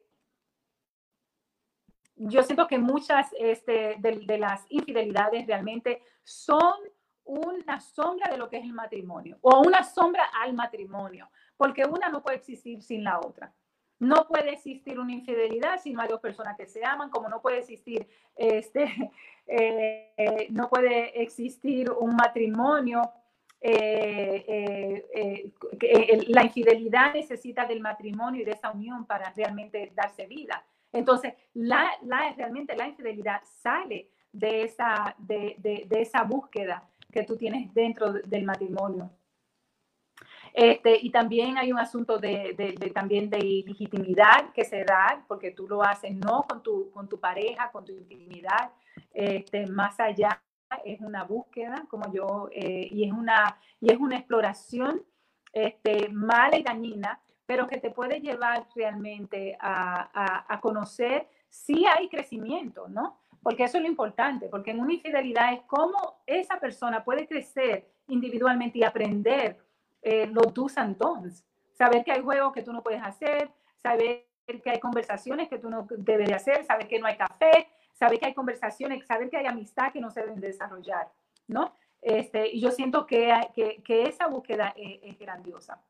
Speaker 2: yo siento que muchas este, de, de las infidelidades realmente son una sombra de lo que es el matrimonio o una sombra al matrimonio, porque una no puede existir sin la otra. No puede existir una infidelidad si no hay dos personas que se aman, como no puede existir, este, eh, no puede existir un matrimonio. Eh, eh, eh, eh, la infidelidad necesita del matrimonio y de esa unión para realmente darse vida. Entonces, la, la, realmente la infidelidad sale de esa, de, de, de esa búsqueda que tú tienes dentro del matrimonio. Este, y también hay un asunto de, de, de, también de ilegitimidad que se da, porque tú lo haces no con tu, con tu pareja, con tu intimidad, este, más allá es una búsqueda, como yo, eh, y, es una, y es una exploración este, mala y dañina, pero que te puede llevar realmente a, a, a conocer si hay crecimiento, ¿no? Porque eso es lo importante, porque en una infidelidad es cómo esa persona puede crecer individualmente y aprender eh, los do's and don'ts. Saber que hay juegos que tú no puedes hacer, saber que hay conversaciones que tú no debes de hacer, saber que no hay café, saber que hay conversaciones, saber que hay amistad que no se deben desarrollar, ¿no? Este, y yo siento que, que, que esa búsqueda es, es grandiosa.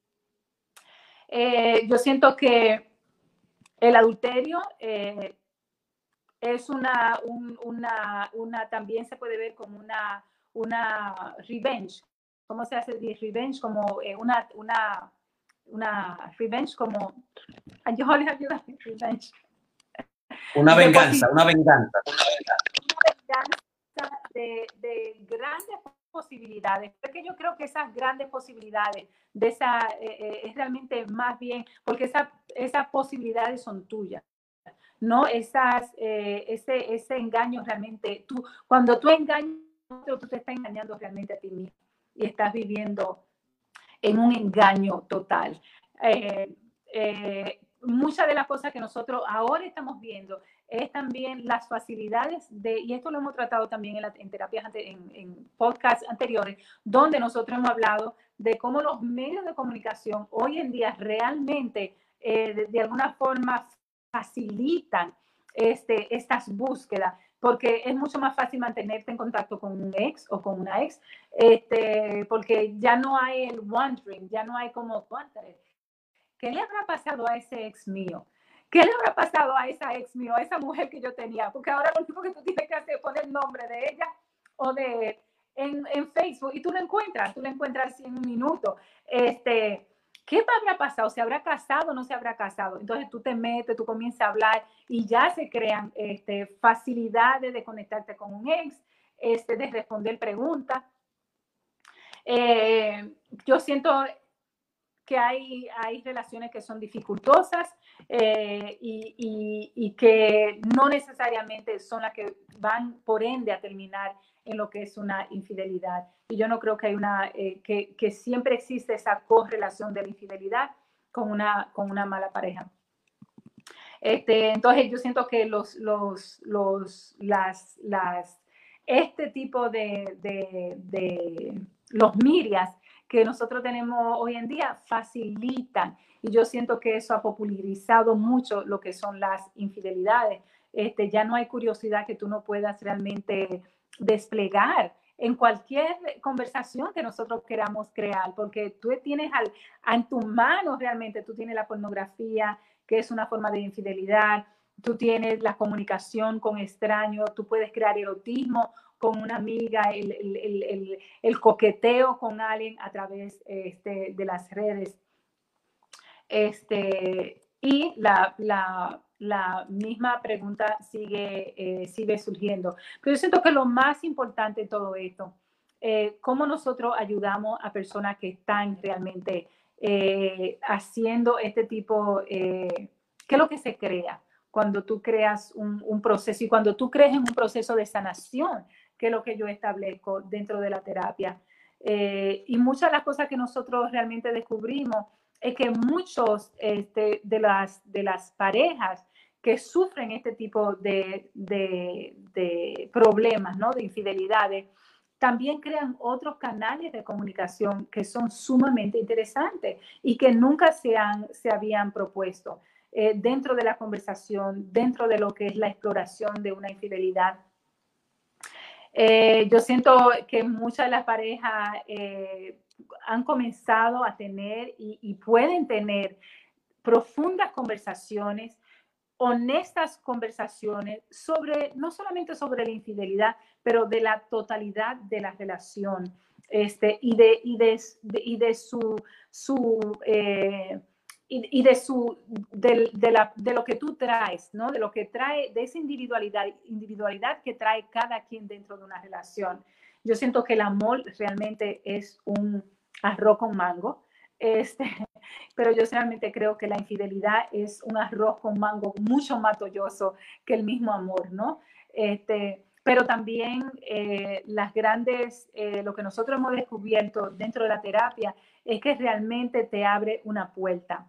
Speaker 2: Eh, yo siento que el adulterio eh, es una, un, una, una, también se puede ver como una, una revenge. ¿Cómo se hace de revenge? Como eh, una, una, una revenge, como yo les ayudo a revenge.
Speaker 1: Una venganza, una venganza.
Speaker 2: Una venganza de, de grandes posibilidades, porque yo creo que esas grandes posibilidades de esa eh, eh, es realmente más bien, porque esa, esas posibilidades son tuyas. No, esas, eh, ese, ese engaño realmente, tú, cuando tú engañas, tú te estás engañando realmente a ti mismo y estás viviendo en un engaño total. Eh, eh, muchas de las cosas que nosotros ahora estamos viendo es también las facilidades de, y esto lo hemos tratado también en, la, en terapias, en, en podcasts anteriores, donde nosotros hemos hablado de cómo los medios de comunicación hoy en día realmente eh, de, de alguna forma facilitan este, estas búsquedas, porque es mucho más fácil mantenerte en contacto con un ex o con una ex, este, porque ya no hay el wondering, ya no hay como, ¿qué le habrá pasado a ese ex mío? ¿Qué le habrá pasado a esa ex mío, a esa mujer que yo tenía? Porque ahora lo único que tú tienes que hacer es poner el nombre de ella o de en, en Facebook y tú lo encuentras, tú lo encuentras en un minuto. Este, ¿qué habrá pasado? ¿Se habrá casado o no se habrá casado? Entonces tú te metes, tú comienzas a hablar y ya se crean este, facilidades de conectarte con un ex, este, de responder preguntas. Eh, yo siento que hay, hay relaciones que son dificultosas eh, y, y, y que no necesariamente son las que van por ende a terminar en lo que es una infidelidad. Y yo no creo que hay una, eh, que, que siempre existe esa correlación de la infidelidad con una, con una mala pareja. Este, entonces yo siento que los, los, los, las, las, este tipo de, de, de los medios que nosotros tenemos hoy en día facilitan, y yo siento que eso ha popularizado mucho lo que son las infidelidades. Este, ya no hay curiosidad que tú no puedas realmente desplegar en cualquier conversación que nosotros queramos crear, porque tú tienes al, en tu mano realmente, tú tienes la pornografía, que es una forma de infidelidad, tú tienes la comunicación con extraños, tú puedes crear erotismo con una amiga, el, el, el, el, el coqueteo con alguien a través este, de las redes. Este, y la, la, la misma pregunta sigue, eh, sigue surgiendo. Pero yo siento que lo más importante de todo esto, eh, cómo nosotros ayudamos a personas que están realmente eh, haciendo este tipo, eh, ¿qué es lo que se crea? Cuando tú creas un, un proceso y cuando tú crees en un proceso de sanación, que es lo que yo establezco dentro de la terapia. Eh, y muchas de las cosas que nosotros realmente descubrimos es que muchos este, de, las, de las parejas que sufren este tipo de, de, de problemas, ¿no? De infidelidades, también crean otros canales de comunicación que son sumamente interesantes y que nunca se, han, se habían propuesto eh, dentro de la conversación, dentro de lo que es la exploración de una infidelidad. Eh, yo siento que muchas de las parejas eh, han comenzado a tener y, y pueden tener profundas conversaciones, honestas conversaciones sobre, no solamente sobre la infidelidad, pero de la totalidad de la relación este, y, de, y, de, de, y de su, su eh, y, y de, su, de, de, la, de lo que tú traes, ¿no? De lo que trae, de esa individualidad, individualidad que trae cada quien dentro de una relación. Yo siento que el amor realmente es un arroz con mango, este, pero yo realmente creo que la infidelidad es un arroz con mango mucho más tolloso que el mismo amor, ¿no? Este, pero también eh, las grandes, eh, lo que nosotros hemos descubierto dentro de la terapia es que realmente te abre una puerta.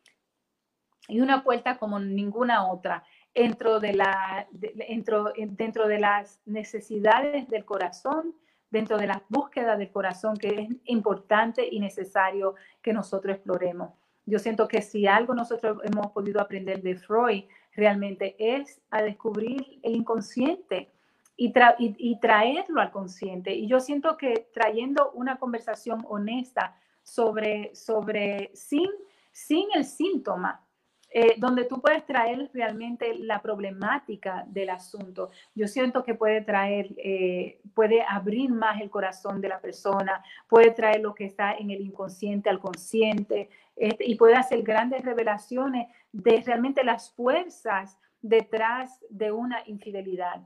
Speaker 2: Y una puerta como ninguna otra, dentro de, la, de, dentro, dentro de las necesidades del corazón, dentro de las búsquedas del corazón, que es importante y necesario que nosotros exploremos. Yo siento que si algo nosotros hemos podido aprender de Freud, realmente es a descubrir el inconsciente y, tra y, y traerlo al consciente. Y yo siento que trayendo una conversación honesta sobre, sobre sin, sin el síntoma, eh, donde tú puedes traer realmente la problemática del asunto. Yo siento que puede traer, eh, puede abrir más el corazón de la persona, puede traer lo que está en el inconsciente al consciente, este, y puede hacer grandes revelaciones de realmente las fuerzas detrás de una infidelidad.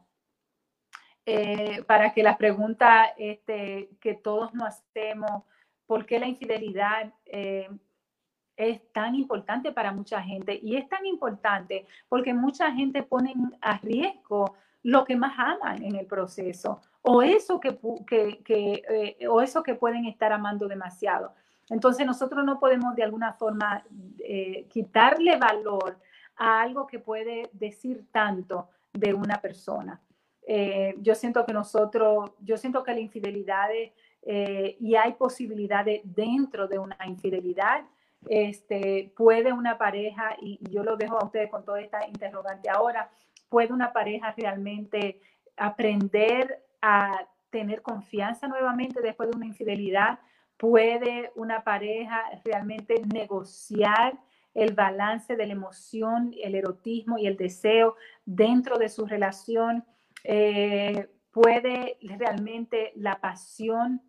Speaker 2: Eh, para que la pregunta este, que todos nos hacemos, ¿por qué la infidelidad eh, es tan importante para mucha gente? Y es tan importante porque mucha gente pone a riesgo lo que más aman en el proceso, o eso que, que, que eh, o eso que pueden estar amando demasiado. Entonces nosotros no podemos de alguna forma eh, quitarle valor a algo que puede decir tanto de una persona. Eh, yo siento que nosotros, yo siento que la infidelidad eh, y hay posibilidades dentro de una infidelidad. Este, puede una pareja, y yo lo dejo a ustedes con toda esta interrogante ahora, puede una pareja realmente aprender a tener confianza nuevamente después de una infidelidad, puede una pareja realmente negociar el balance de la emoción, el erotismo y el deseo dentro de su relación, eh, puede realmente la pasión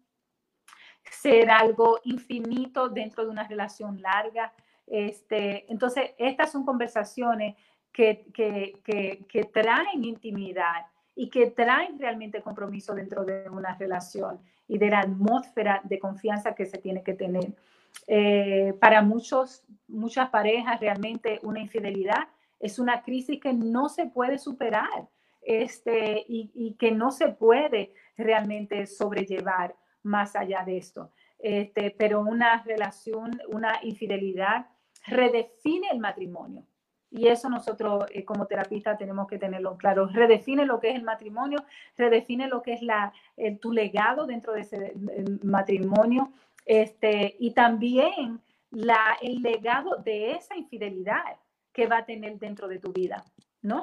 Speaker 2: ser algo infinito dentro de una relación larga. Este, entonces, estas son conversaciones que, que, que, que traen intimidad y que traen realmente compromiso dentro de una relación y de la atmósfera de confianza que se tiene que tener. Eh, para muchos, muchas parejas, realmente una infidelidad es una crisis que no se puede superar este, y, y que no se puede realmente sobrellevar más allá de esto. Este, pero una relación, una infidelidad redefine el matrimonio. Y eso nosotros eh, como terapistas tenemos que tenerlo claro. Redefine lo que es el matrimonio, redefine lo que es la, el, tu legado dentro de ese matrimonio, este, y también la, el legado de esa infidelidad que va a tener dentro de tu vida, ¿no?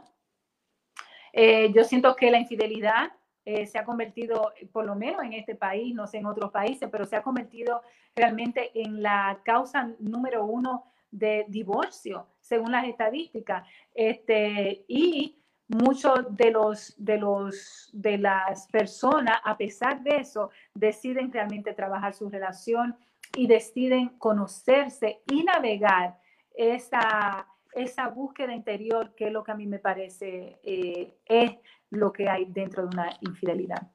Speaker 2: Eh, yo siento que la infidelidad eh, se ha convertido, por lo menos en este país, no sé en otros países, pero se ha convertido realmente en la causa número uno de divorcio, según las estadísticas. Este, y muchos de los de los de las personas, a pesar de eso, deciden realmente trabajar su relación y deciden conocerse y navegar esa esa búsqueda interior, que es lo que a mí me parece eh, es lo que hay dentro de una infidelidad.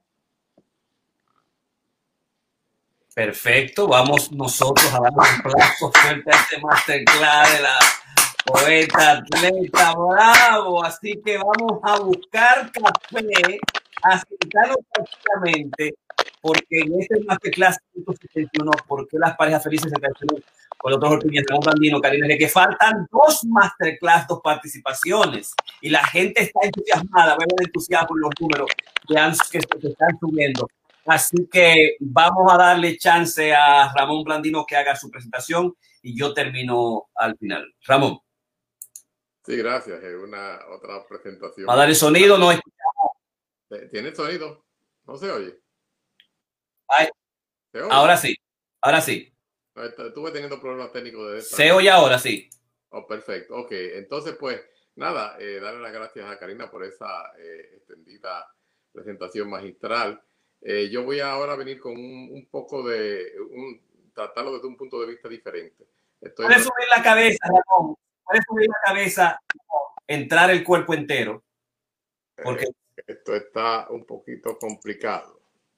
Speaker 1: Perfecto, vamos nosotros a dar un aplauso fuerte a este masterclass de la poeta, atleta, bravo. Así que vamos a buscar café, a sentarnos prácticamente, porque en este masterclass ciento setenta y uno, ¿por qué las parejas felices se traicionan? Con el doctor Ortiz, Ramón Blandino, Karina, de que faltan dos masterclass, dos participaciones, y la gente está entusiasmada, veo el entusiasmo en los números que se están subiendo. Así que vamos a darle chance a Ramón Blandino que haga su presentación y yo termino al final. Ramón.
Speaker 3: Sí, gracias. Es una otra presentación.
Speaker 1: ¿Va a dar el sonido? No escuchamos.
Speaker 3: ¿Tiene sonido? ¿No se oye?
Speaker 1: Ay, ¿Se oye? Ahora sí, ahora sí.
Speaker 3: Estuve teniendo problemas técnicos de esta.
Speaker 1: Se oye ahora, sí.
Speaker 3: Oh, perfecto. Ok, entonces pues nada, eh, darle las gracias a Karina por esa eh, extendida presentación magistral. Eh, yo voy ahora a venir con un, un poco de, un, tratarlo desde un punto de vista diferente.
Speaker 1: Estoy Puedes subir la cabeza, Ramón. Puedes subir la cabeza, entrar el cuerpo entero. Porque
Speaker 3: eh, esto está un poquito complicado.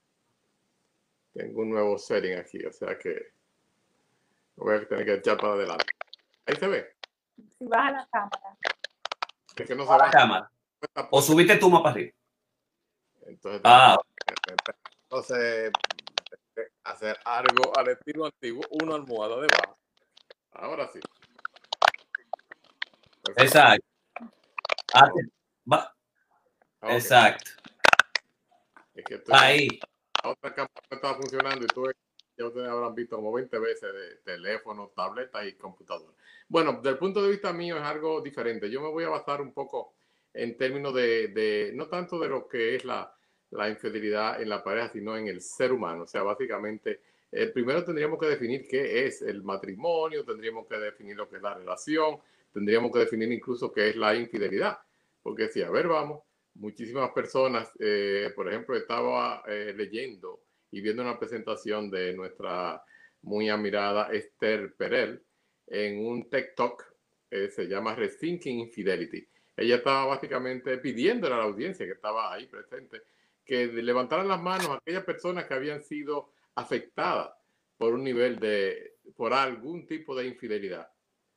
Speaker 3: Tengo un nuevo setting aquí, o sea que voy a tener que echar para adelante. Ahí se ve.
Speaker 2: Si baja la cámara.
Speaker 3: Es que no se va
Speaker 1: la cámara. O subiste tú más para arriba.
Speaker 3: Entonces,
Speaker 1: ah.
Speaker 3: entonces, hacer algo al estilo antiguo, una almohada debajo. Ahora sí.
Speaker 1: Perfecto. Exacto. Ah, va. Okay. Exacto.
Speaker 3: Es que estoy
Speaker 1: ahí.
Speaker 3: La otra cámara no estaba funcionando y tuve, ya ustedes habrán visto como veinte veces de teléfono, tabletas y computadora. Bueno, desde el punto de vista mío es algo diferente. Yo me voy a basar un poco en términos de, de no tanto de lo que es la, la infidelidad en la pareja, sino en el ser humano. O sea, básicamente, eh, primero tendríamos que definir qué es el matrimonio, tendríamos que definir lo que es la relación, tendríamos que definir incluso qué es la infidelidad. Porque si, a ver, vamos, muchísimas personas, eh, por ejemplo, estaba eh, leyendo y viendo una presentación de nuestra muy admirada Esther Perel en un TED Talk, eh, se llama Rethinking Infidelity. Ella estaba básicamente pidiéndole a la audiencia que estaba ahí presente que levantaran las manos a aquellas personas que habían sido afectadas por un nivel de, por algún tipo de infidelidad.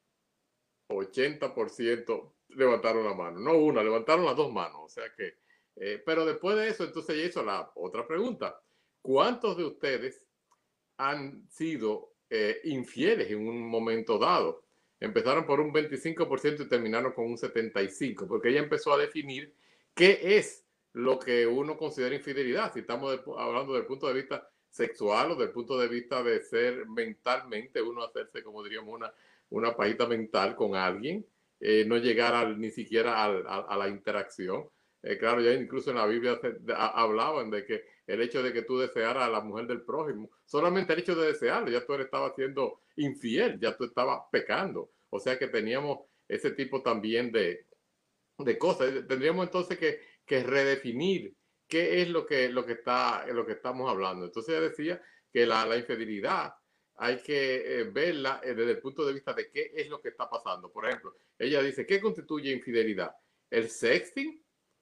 Speaker 3: ochenta por ciento levantaron la mano, no una, levantaron las dos manos, o sea que, eh, pero después de eso, entonces ella hizo la otra pregunta. ¿Cuántos de ustedes han sido eh, infieles en un momento dado? Empezaron por un veinticinco por ciento y terminaron con un setenta y cinco por ciento, porque ella empezó a definir qué es lo que uno considera infidelidad, si estamos de, hablando del punto de vista sexual o del punto de vista de ser mentalmente, uno hacerse, como diríamos, una, una pajita mental con alguien, eh, no llegar al, ni siquiera al, a, a la interacción. Eh, claro, ya incluso en la Biblia se, de, a, hablaban de que el hecho de que tú desearas a la mujer del prójimo, solamente el hecho de desearlo, ya tú estabas siendo infiel, ya tú estabas pecando. O sea que teníamos ese tipo también de, de cosas. Tendríamos entonces que, que redefinir qué es lo que, lo, que está, lo que estamos hablando. Entonces ella decía que la, la infidelidad hay que eh, verla eh, desde el punto de vista de qué es lo que está pasando. Por ejemplo, ella dice, ¿qué constituye infidelidad? El sexting,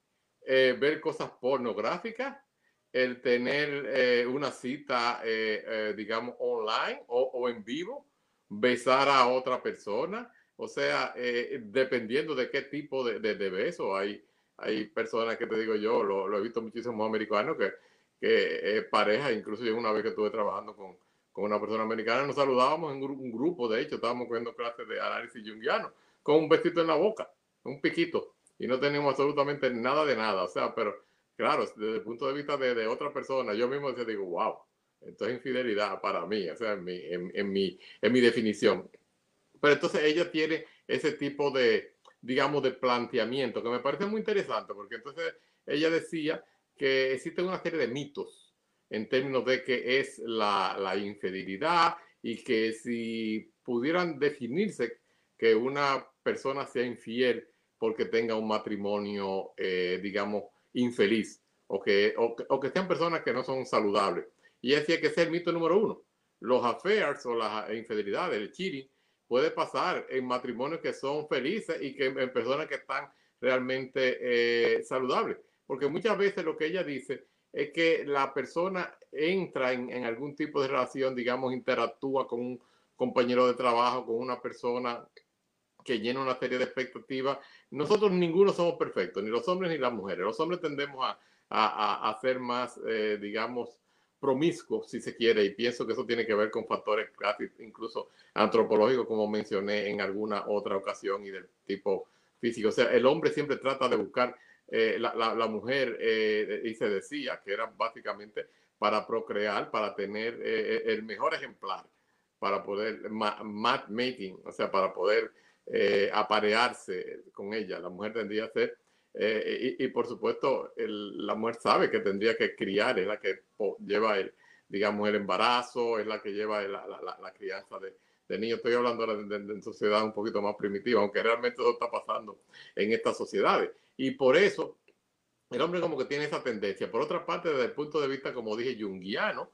Speaker 3: eh, ver cosas pornográficas, el tener eh, una cita, eh, eh, digamos, online o, o en vivo, besar a otra persona. O sea, eh, dependiendo de qué tipo de, de, de beso, hay, hay personas que te digo yo, lo, lo he visto muchísimos americanos que, que eh, pareja, incluso yo una vez que estuve trabajando con, con una persona americana, nos saludábamos en un grupo, de hecho, estábamos cogiendo clases de análisis junguiano, con un besito en la boca, un piquito, y no teníamos absolutamente nada de nada. O sea, pero claro, desde el punto de vista de, de otra persona, yo mismo decía, digo, wow, esto es infidelidad para mí, o sea, en mi, en, en mi, en mi definición. Pero entonces ella tiene ese tipo de, digamos, de planteamiento que me parece muy interesante, porque entonces ella decía que existen una serie de mitos en términos de qué es la, la infidelidad y que si pudieran definirse que una persona sea infiel porque tenga un matrimonio, eh, digamos, infeliz o que, o, o que sean personas que no son saludables. Y ella decía que ese es el mito número uno. Los affairs o las infidelidades, el cheating, puede pasar en matrimonios que son felices y que en personas que están realmente eh, saludables. Porque muchas veces lo que ella dice es que la persona entra en, en algún tipo de relación, digamos, interactúa con un compañero de trabajo, con una persona que llena una serie de expectativas. Nosotros ninguno somos perfectos, ni los hombres ni las mujeres. Los hombres tendemos a, a, a ser más, eh, digamos, promiscuos, si se quiere, y pienso que eso tiene que ver con factores casi incluso antropológicos, como mencioné en alguna otra ocasión, y del tipo físico. O sea, el hombre siempre trata de buscar eh, la, la, la mujer, eh, y se decía que era básicamente para procrear, para tener eh, el mejor ejemplar, para poder ma matchmaking, o sea, para poder eh, aparearse con ella. La mujer tendría que ser Eh, y, y por supuesto el, la mujer sabe que tendría que criar, es la que po, lleva el, digamos, el embarazo, es la que lleva la, la, la, la crianza de, de niños. Estoy hablando de, de, de sociedad un poquito más primitiva, aunque realmente eso está pasando en estas sociedades. Y por eso el hombre como que tiene esa tendencia. Por otra parte, desde el punto de vista, como dije, junguiano,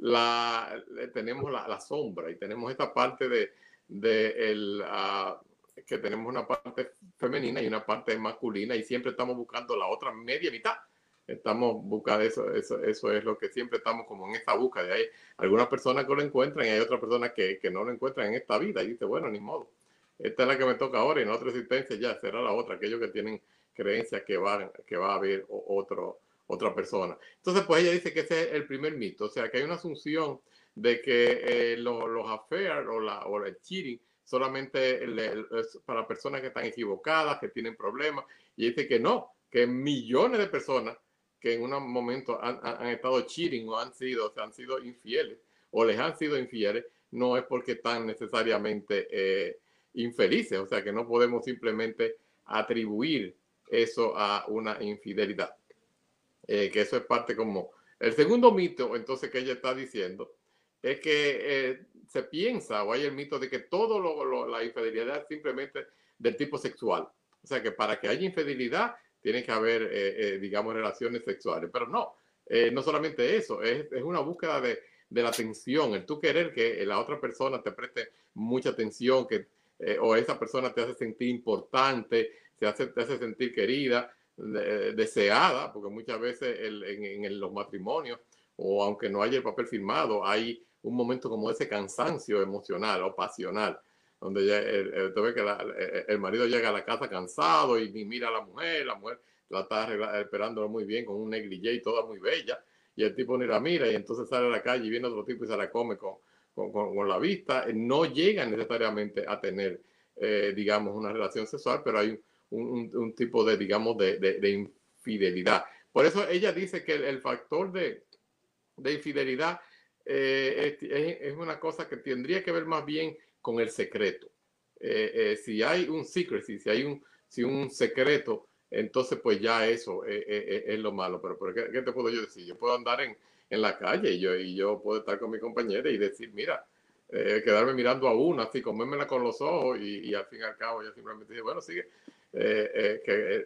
Speaker 3: la, tenemos la, la sombra y tenemos esta parte de, de el, uh, que tenemos una parte femenina y una parte masculina, y siempre estamos buscando la otra media mitad. Estamos buscando eso, eso, eso es lo que siempre estamos como en esta búsqueda. Hay algunas personas que lo encuentran y hay otras personas que, que no lo encuentran en esta vida, y dice, bueno, ni modo, esta es la que me toca ahora y en otra existencia ya será la otra, aquellos que tienen creencias que, van, que va a haber otro, otra persona. Entonces, pues ella dice que ese es el primer mito, o sea, que hay una asunción de que eh, lo, los affairs o, la, o el cheating solamente el, el, es para personas que están equivocadas, que tienen problemas, y dice que no, que millones de personas que en un momento han, han, han estado cheating o han sido, o sea, han sido infieles o les han sido infieles, no es porque están necesariamente eh, infelices, o sea, que no podemos simplemente atribuir eso a una infidelidad, eh, que eso es parte como... El segundo mito, entonces, que ella está diciendo, es que eh, se piensa o hay el mito de que todo lo, lo, la infidelidad es simplemente del tipo sexual. O sea, que para que haya infidelidad tiene que haber, eh, eh, digamos, relaciones sexuales. Pero no, eh, no solamente eso, es, es una búsqueda de, de la atención, el tú querer que la otra persona te preste mucha atención, que, eh, o esa persona te hace sentir importante, te hace, te hace sentir querida, de, deseada, porque muchas veces el, en, en los matrimonios, o aunque no haya el papel firmado, hay un momento como ese cansancio emocional o pasional, donde ya el, el, el, que la, el marido llega a la casa cansado y, y mira a la mujer, la mujer la está esperándolo muy bien con un negligé y toda muy bella, y el tipo ni la mira y entonces sale a la calle y viene otro tipo y se la come con, con, con, con la vista. No llegan necesariamente a tener, eh, digamos, una relación sexual, pero hay un, un, un tipo de, digamos, de, de, de infidelidad. Por eso ella dice que el, el factor de, de infidelidad eh, es, es una cosa que tendría que ver más bien con el secreto. Eh, eh, si hay un secrecy, si hay un, si un secreto, entonces pues ya eso eh, eh, es lo malo. Pero, pero ¿qué, ¿qué te puedo yo decir? Yo puedo andar en, en la calle y yo, y yo puedo estar con mi compañera y decir, mira, eh, quedarme mirando a una, así, comérmela con los ojos y, y al fin y al cabo yo simplemente dije, bueno, sigue, eh, eh, que eh,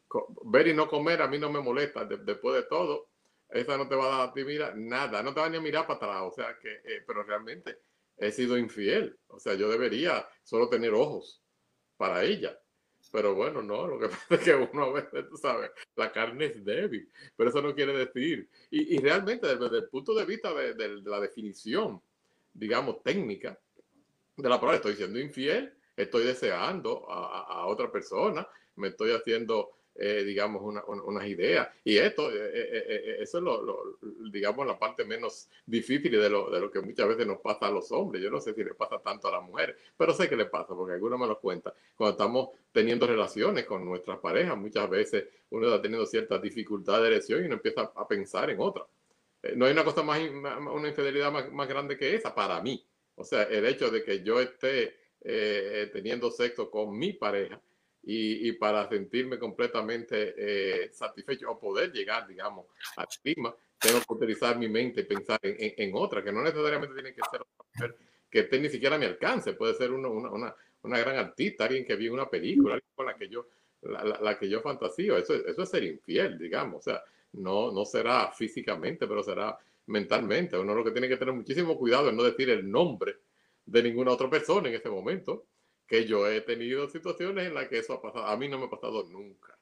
Speaker 3: ver y no comer a mí no me molesta, de, después de todo, esa no te va a dar a ti, mira, nada, no te va ni a mirar para atrás, o sea que, eh, pero realmente he sido infiel, o sea, yo debería solo tener ojos para ella, pero bueno, no, lo que pasa es que uno a veces, tú sabes, la carne es débil, pero eso no quiere decir, y, y realmente desde, desde el punto de vista de, de, de la definición, digamos, técnica de la palabra, estoy siendo infiel, estoy deseando a, a otra persona, me estoy haciendo, eh, digamos, una, una, unas ideas. Y esto, eh, eh, eh, eso es, lo, lo, digamos, la parte menos difícil de lo, de lo que muchas veces nos pasa a los hombres. Yo no sé si le pasa tanto a las mujeres, pero sé que le pasa, porque algunos me lo cuentan. Cuando estamos teniendo relaciones con nuestras parejas, muchas veces uno está teniendo ciertas dificultades de elección y uno empieza a pensar en otra. Eh, no hay una cosa más, una infidelidad más, más grande que esa para mí. O sea, el hecho de que yo esté eh, teniendo sexo con mi pareja y, y para sentirme completamente eh, satisfecho o poder llegar, digamos, al clima, tengo que utilizar mi mente y pensar en, en, en otra, que no necesariamente tiene que ser otra mujer que esté ni siquiera a mi alcance. Puede ser uno, una, una, una gran artista, alguien que vi una película, alguien con la que yo, la, la, la que yo fantasío. Eso, eso es ser infiel, digamos. O sea, no, no será físicamente, pero será mentalmente. Uno lo que tiene que tener muchísimo cuidado es no decir el nombre de ninguna otra persona en ese momento, que yo he tenido situaciones en las que eso ha pasado. A mí no me ha pasado nunca,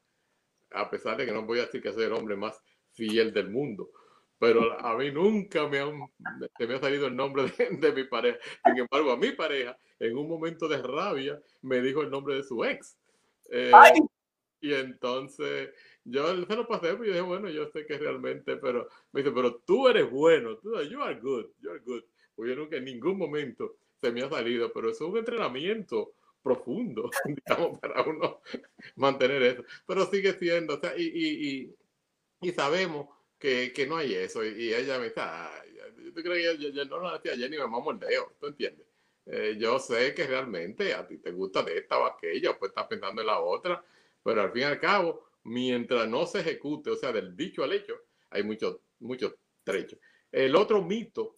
Speaker 3: a pesar de que no voy a decir que soy el hombre más fiel del mundo, pero a mí nunca me, han, se me ha salido el nombre de, de mi pareja. Sin embargo, a mi pareja, en un momento de rabia, me dijo el nombre de su ex. Eh, y entonces yo se lo pasé, y yo dije, bueno, yo sé que realmente, pero me dice, pero tú eres bueno, tú, you are good, you are good. Pues yo nunca en ningún momento se me ha salido, pero eso es un entrenamiento profundo, digamos, para uno mantener eso. Pero sigue siendo, o sea, y, y, y, y sabemos que, que no hay eso. Y, y ella me dice, ay, yo creo que yo, yo no lo hacía ayer ni me mamo el dedo, ¿tú entiendes? Eh, yo sé que realmente a ti te gusta de esta o aquella, pues estás pensando en la otra, pero al fin y al cabo, mientras no se ejecute, o sea, del dicho al hecho, hay muchos muchos trechos. El otro mito,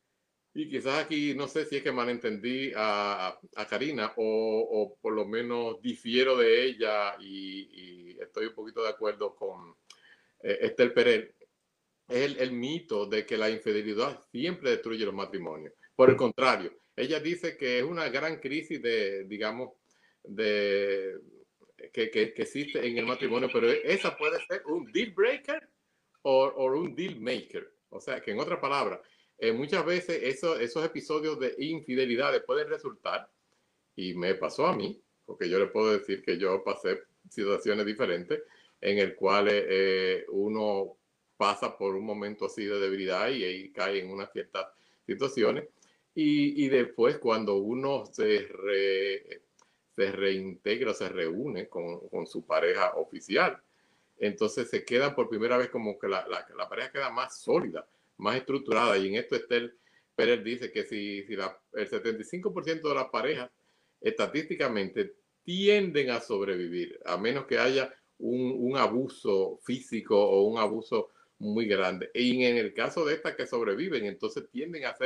Speaker 3: y quizás aquí no sé si es que malentendí a, a Karina o, o por lo menos difiero de ella y, y estoy un poquito de acuerdo con eh, Esther Perel, es el, el mito de que la infidelidad siempre destruye los matrimonios. Por el contrario, ella dice que es una gran crisis de, digamos, de que, que, que existe en el matrimonio, pero esa puede ser un deal breaker o, o un deal maker. O sea, que en otras palabras, eh, muchas veces eso, esos episodios de infidelidades pueden resultar, y me pasó a mí, porque yo le puedo decir que yo pasé situaciones diferentes en el cual eh, uno pasa por un momento así de debilidad y ahí cae en unas ciertas situaciones. Y, y después cuando uno se, re, se reintegra o se reúne con, con su pareja oficial, entonces se queda por primera vez como que la, la, la pareja queda más sólida, más estructurada. Y en esto Esther Pérez dice que si, si la, el setenta y cinco por ciento de las parejas estadísticamente tienden a sobrevivir, a menos que haya un, un abuso físico o un abuso muy grande. Y en el caso de estas que sobreviven, entonces tienden a ser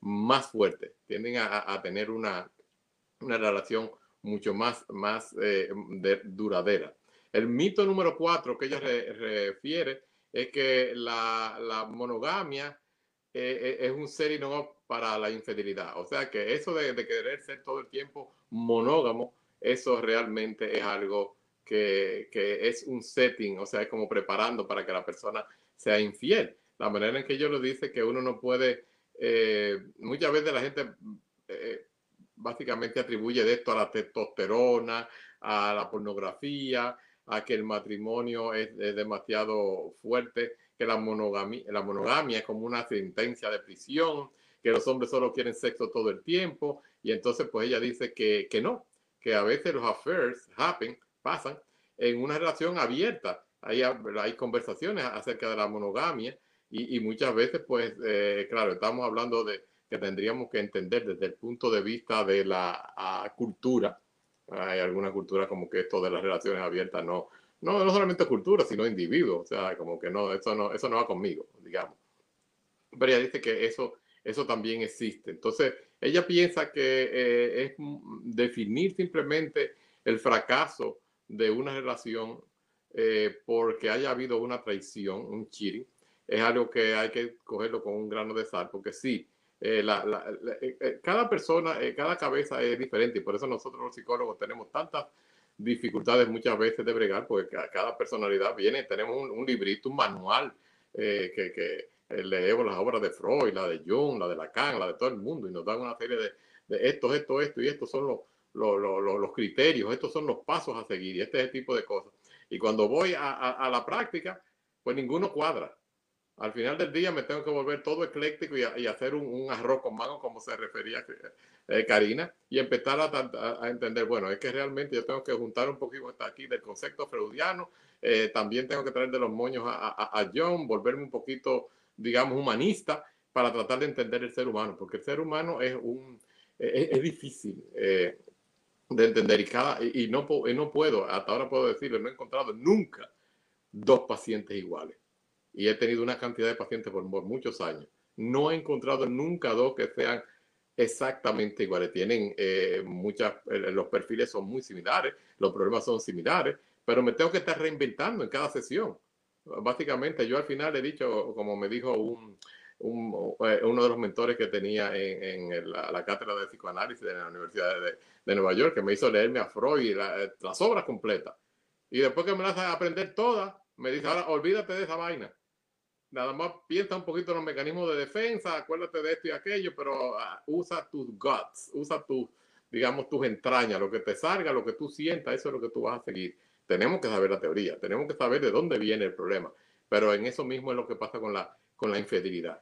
Speaker 3: más fuertes, tienden a, a tener una, una relación mucho más, más eh, de, duradera. El mito número cuatro que ella re, refiere es que la, la monogamia eh, es un setting up para la infidelidad. O sea que eso de, de querer ser todo el tiempo monógamo, eso realmente es algo que, que es un setting, o sea, es como preparando para que la persona sea infiel. La manera en que ellos lo dicen que uno no puede, eh, muchas veces la gente eh, básicamente atribuye de esto a la testosterona, a la pornografía, a que el matrimonio es, es demasiado fuerte, que la monogamia, la monogamia es como una sentencia de prisión, que los hombres solo quieren sexo todo el tiempo, y entonces pues ella dice que, que no, que a veces los affairs happen, pasan en una relación abierta. Hay, hay conversaciones acerca de la monogamia y, y muchas veces pues, eh, claro, estamos hablando de que tendríamos que entender desde el punto de vista de la uh, cultura. Hay alguna cultura como que esto de las relaciones abiertas no, no, no solamente cultura, sino individuos, o sea, como que no, eso no, eso no va conmigo, digamos. Pero ella dice que eso, eso también existe. Entonces, ella piensa que eh, es definir simplemente el fracaso de una relación eh, porque haya habido una traición, un cheating, es algo que hay que cogerlo con un grano de sal, porque sí, eh, la, la, la, eh, cada persona, eh, cada cabeza es diferente, y por eso nosotros los psicólogos tenemos tantas dificultades muchas veces de bregar, porque cada, cada personalidad viene, tenemos un, un librito, un manual eh, que, que leemos las obras de Freud, la de Jung, la de Lacan, la de todo el mundo, y nos dan una serie de, de esto, esto, esto, y estos son los, los, los, los criterios, estos son los pasos a seguir, y este es el tipo de cosas. Y cuando voy a, a, a la práctica, pues ninguno cuadra. Al final del día me tengo que volver todo ecléctico y, a, y hacer un, un arroz con mango, como se refería eh, Karina, y empezar a, a, a entender, bueno, es que realmente yo tengo que juntar un poquito hasta aquí del concepto freudiano, eh, también tengo que traer de los moños a, a, a Jung, volverme un poquito, digamos, humanista para tratar de entender el ser humano, porque el ser humano es un es, es difícil eh, de entender y, cada, y, y, no, y no puedo, hasta ahora puedo decirlo, no he encontrado nunca dos pacientes iguales. Y he tenido una cantidad de pacientes por, por muchos años. No he encontrado nunca dos que sean exactamente iguales. Tienen eh, muchas, eh, los perfiles son muy similares, los problemas son similares, pero me tengo que estar reinventando en cada sesión. Básicamente, yo al final he dicho, como me dijo un, un, uno de los mentores que tenía en, en la, la cátedra de psicoanálisis de la Universidad de, de Nueva York, que me hizo leerme a Freud la, las obras completas. Y después que me las a aprender todas, me dice, ahora olvídate de esa vaina. Nada más piensa un poquito en los mecanismos de defensa, acuérdate de esto y aquello, pero uh, usa tus guts, usa tus, digamos, tus entrañas, lo que te salga, lo que tú sientas, eso es lo que tú vas a seguir. Tenemos que saber la teoría, tenemos que saber de dónde viene el problema, pero en eso mismo es lo que pasa con la, con la infidelidad.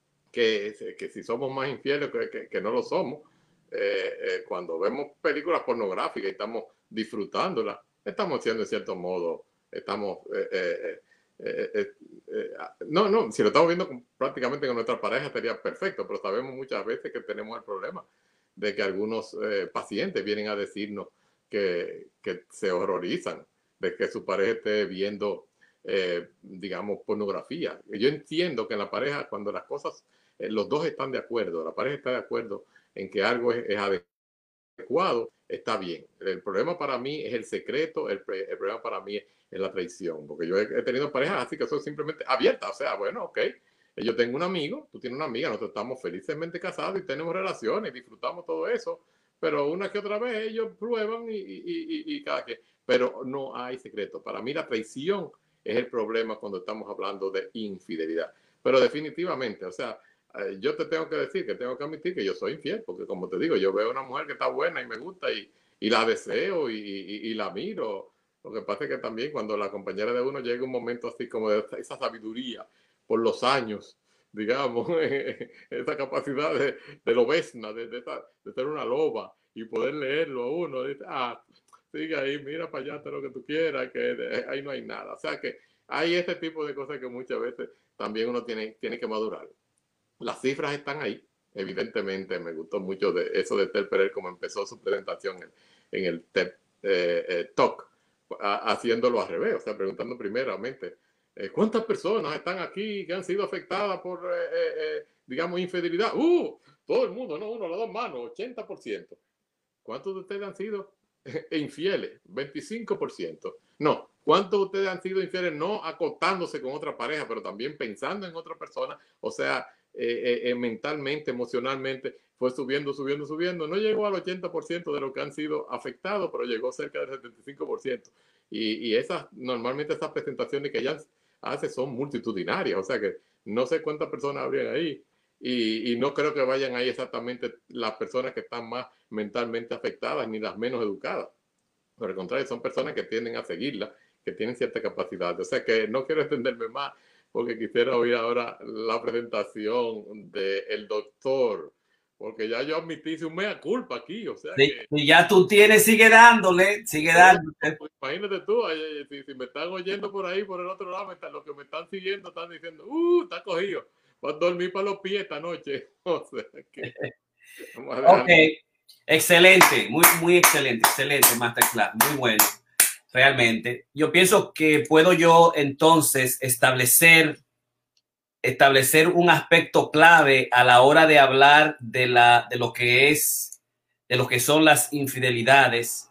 Speaker 3: Que, que si somos más infieles que, que, que no lo somos, eh, eh, cuando vemos películas pornográficas y estamos disfrutándolas, estamos siendo en cierto modo, estamos... Eh, eh, Eh, eh, eh, no, no, si lo estamos viendo con, prácticamente con nuestra pareja sería perfecto, pero sabemos muchas veces que tenemos el problema de que algunos eh, pacientes vienen a decirnos que, que se horrorizan de que su pareja esté viendo, eh, digamos, pornografía. Yo entiendo que en la pareja, cuando las cosas, eh, los dos están de acuerdo, la pareja está de acuerdo en que algo es, es adecuado, está bien. El problema para mí es el secreto, el, el problema para mí es es la traición, porque yo he, he tenido parejas así que son simplemente abiertas, o sea, bueno, ok, yo tengo un amigo, tú tienes una amiga, nosotros estamos felizmente casados y tenemos relaciones, disfrutamos todo eso, pero una que otra vez ellos prueban y, y, y, y cada quien, pero no hay secreto. Para mí la traición es el problema cuando estamos hablando de infidelidad, pero definitivamente, o sea, yo te tengo que decir que tengo que admitir que yo soy infiel, porque como te digo, yo veo una mujer que está buena y me gusta y, y la deseo y, y, y la miro. Lo que pasa es que también cuando la compañera de uno llega un momento así como de esa sabiduría por los años, digamos, esa capacidad de, de lobesna, de, de, de ser una loba y poder leerlo a uno, dice, ah, sigue ahí, mira para allá, haz lo que tú quieras, que de, ahí no hay nada. O sea que hay ese tipo de cosas que muchas veces también uno tiene, tiene que madurar. Las cifras están ahí, evidentemente. Me gustó mucho de eso de Tel Perel, como empezó su presentación en, en el TED eh, eh, Talk, haciéndolo al revés, o sea, preguntando primeramente, eh, ¿cuántas personas están aquí que han sido afectadas por, eh, eh, digamos, infidelidad? ¡Uh! todo el mundo, no uno, las dos manos, ochenta por ciento. ¿Cuántos de ustedes han sido infieles? veinticinco por ciento. No, ¿cuántos de ustedes han sido infieles no acostándose con otra pareja, pero también pensando en otra persona? O sea, eh, eh, mentalmente, emocionalmente, fue subiendo, subiendo, subiendo. No llegó al ochenta por ciento de lo que han sido afectados, pero llegó cerca del setenta y cinco por ciento. Y, y esas, normalmente esas presentaciones que ella hace son multitudinarias, o sea que no sé cuántas personas habrían ahí. Y, y no creo que vayan ahí exactamente las personas que están más mentalmente afectadas ni las menos educadas. Por el contrario, son personas que tienden a seguirla, que tienen cierta capacidad. O sea que no quiero extenderme más porque quisiera oír ahora la presentación del doctor, porque ya yo admití un mea culpa aquí. O sea
Speaker 1: sí,
Speaker 3: que
Speaker 1: y ya tú tienes, sigue dándole, sigue dándole.
Speaker 3: Pues imagínate tú, si, si me están oyendo por ahí, por el otro lado, me están, los que me están siguiendo están diciendo, uh, está cogido. Voy a dormir para los pies esta noche. O sea que,
Speaker 1: ok, excelente, muy, muy excelente, excelente, Masterclass, muy bueno, realmente. Yo pienso que puedo yo entonces establecer, establecer un aspecto clave a la hora de hablar de, la, de lo que es, de lo que son las infidelidades,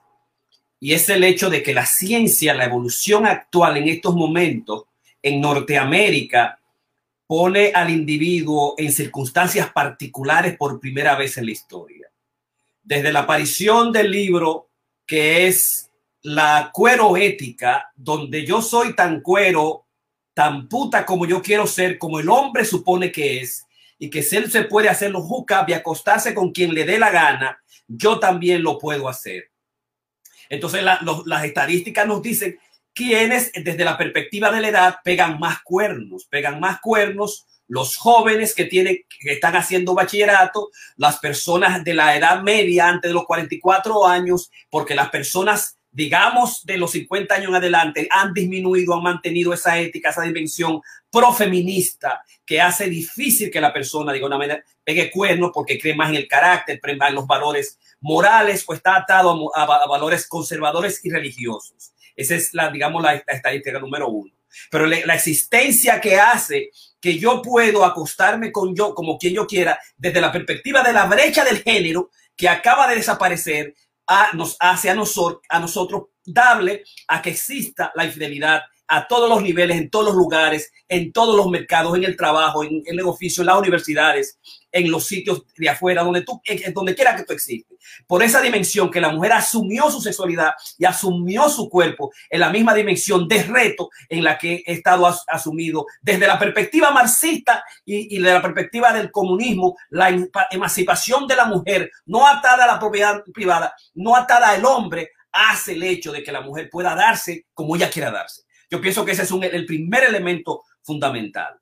Speaker 1: y es el hecho de que la ciencia, la evolución actual en estos momentos en Norteamérica, pone al individuo en circunstancias particulares por primera vez en la historia. Desde la aparición del libro, que es la cuero ética, donde yo soy tan cuero, tan puta como yo quiero ser, como el hombre supone que es, y que si él se puede hacer los hookups y acostarse con quien le dé la gana, yo también lo puedo hacer. Entonces la, los, las estadísticas nos dicen quienes desde la perspectiva de la edad pegan más cuernos, pegan más cuernos los jóvenes que tienen, que están haciendo bachillerato, las personas de la edad media antes de los cuarenta y cuatro años, porque las personas, digamos, de los cincuenta años en adelante han disminuido, han mantenido esa ética, esa dimensión profeminista que hace difícil que la persona, diga una manera, pegue cuernos porque cree más en el carácter, cree más en los valores morales o está atado a, a, a valores conservadores y religiosos. Esa es la, digamos, la, la estadística número uno. Pero le, la existencia que hace que yo puedo acostarme con yo como quien yo quiera desde la perspectiva de la brecha del género que acaba de desaparecer a, nos hace a, nosotros, a nosotros darle a que exista la infidelidad a todos los niveles, en todos los lugares, en todos los mercados, en el trabajo, en, en el oficio, en las universidades, en los sitios de afuera, donde tú, en, donde quiera que tú existes. Por esa dimensión que la mujer asumió su sexualidad y asumió su cuerpo en la misma dimensión de reto en la que he estado as, asumido desde la perspectiva marxista y, y de la perspectiva del comunismo, la emancipación de la mujer, no atada a la propiedad privada, no atada al hombre, hace el hecho de que la mujer pueda darse como ella quiera darse. Yo pienso que ese es un, el primer elemento fundamental.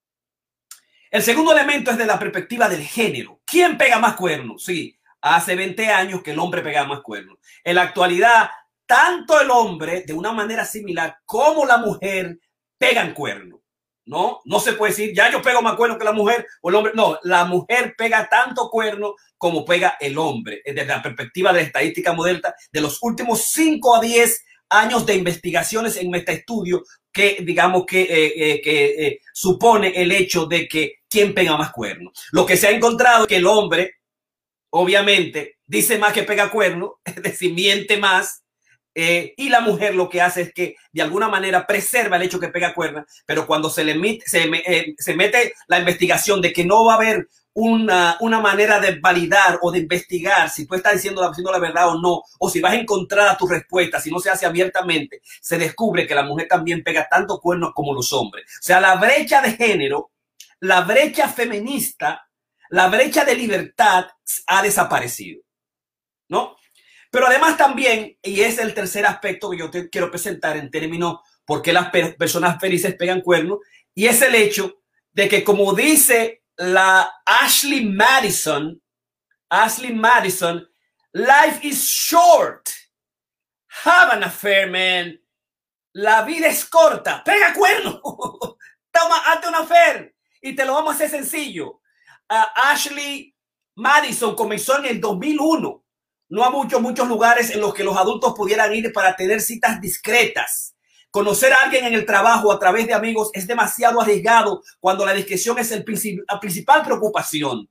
Speaker 1: El segundo elemento es de la perspectiva del género. ¿Quién pega más cuernos? Sí, hace veinte años que el hombre pega más cuernos. En la actualidad, tanto el hombre, de una manera similar, como la mujer pegan cuernos. No, no se puede decir, ya yo pego más cuernos que la mujer o el hombre. No, la mujer pega tanto cuerno como pega el hombre. Desde la perspectiva de la estadística moderna de los últimos cinco a diez años de investigaciones en metaestudio que digamos que, eh, eh, que eh, supone el hecho de que quién pega más cuernos. Lo que se ha encontrado es que el hombre obviamente dice más que pega cuernos, es decir, miente más, eh, y la mujer lo que hace es que de alguna manera preserva el hecho que pega cuernos, pero cuando se le mete, se, eh, se mete la investigación de que no va a haber Una, una manera de validar o de investigar si tú estás diciendo, diciendo la verdad o no, o si vas a encontrar tu respuesta, si no se hace abiertamente, se descubre que la mujer también pega tanto cuernos como los hombres. O sea, la brecha de género, la brecha feminista, la brecha de libertad ha desaparecido, ¿no? Pero además también, y es el tercer aspecto que yo te quiero presentar en términos por qué las per personas felices pegan cuernos, y es el hecho de que, como dice la Ashley Madison, Ashley Madison, life is short. Have an affair, man. La vida es corta. Pega cuerno. Toma, hazte una affair. Y te lo vamos a hacer sencillo. Uh, Ashley Madison comenzó en el dos mil uno. No hay muchos, muchos lugares en los que los adultos pudieran ir para tener citas discretas. Conocer a alguien en el trabajo a través de amigos es demasiado arriesgado cuando la discreción es el princip la principal preocupación.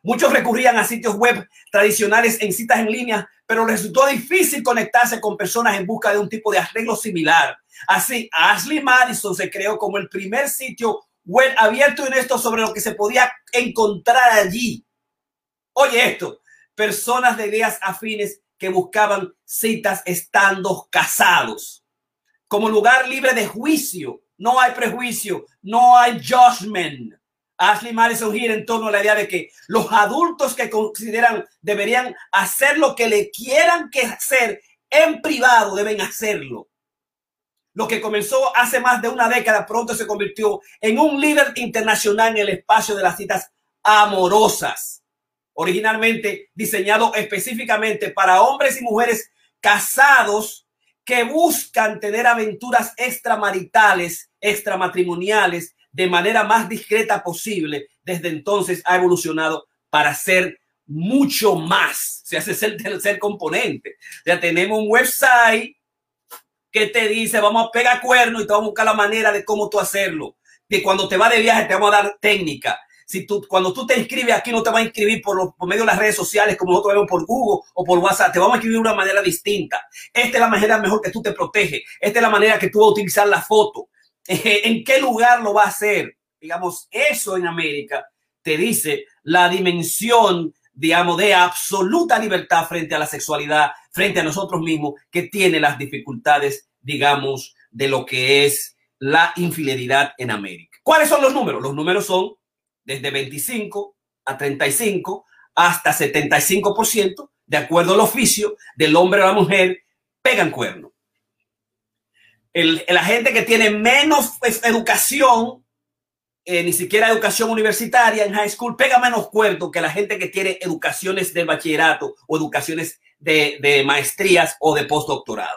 Speaker 1: Muchos recurrían a sitios web tradicionales en citas en línea, pero resultó difícil conectarse con personas en busca de un tipo de arreglo similar. Así, Ashley Madison se creó como el primer sitio web abierto y honesto sobre lo que se podía encontrar allí. Oye esto, personas de ideas afines que buscaban citas estando casados. Como lugar libre de juicio, no hay prejuicio, no hay judgment. Ashley Madison gira en torno a la idea de que los adultos que consideran deberían hacer lo que le quieran que hacer en privado deben hacerlo. Lo que comenzó hace más de una década pronto se convirtió en un líder internacional en el espacio de las citas amorosas. Originalmente diseñado específicamente para hombres y mujeres casados que buscan tener aventuras extramaritales, extramatrimoniales, de manera más discreta posible. Desde entonces ha evolucionado para ser mucho más. Se hace ser tercer componente. Ya tenemos un website que te dice, vamos a pegar cuernos y te vamos a buscar la manera de cómo tú hacerlo. Que cuando te vas de viaje te vamos a dar técnica. Si tú, cuando tú te inscribes aquí, no te vas a inscribir por, los, por medio de las redes sociales como nosotros vemos por Google o por WhatsApp. Te vamos a inscribir de una manera distinta. Esta es la manera mejor que tú te proteges. Esta es la manera que tú vas a utilizar la foto. ¿En qué lugar lo va a hacer? Digamos, eso en América te dice la dimensión, digamos, de absoluta libertad frente a la sexualidad, frente a nosotros mismos, que tiene las dificultades, digamos, de lo que es la infidelidad en América. ¿Cuáles son los números? Los números son desde veinticinco a treinta y cinco hasta setenta y cinco por ciento, de acuerdo al oficio del hombre o la mujer, pegan cuerno. El, la gente que tiene menos pues, educación, eh, ni siquiera educación universitaria en high school, pega menos cuerno que la gente que tiene educaciones de bachillerato o educaciones de, de maestrías o de postdoctorado.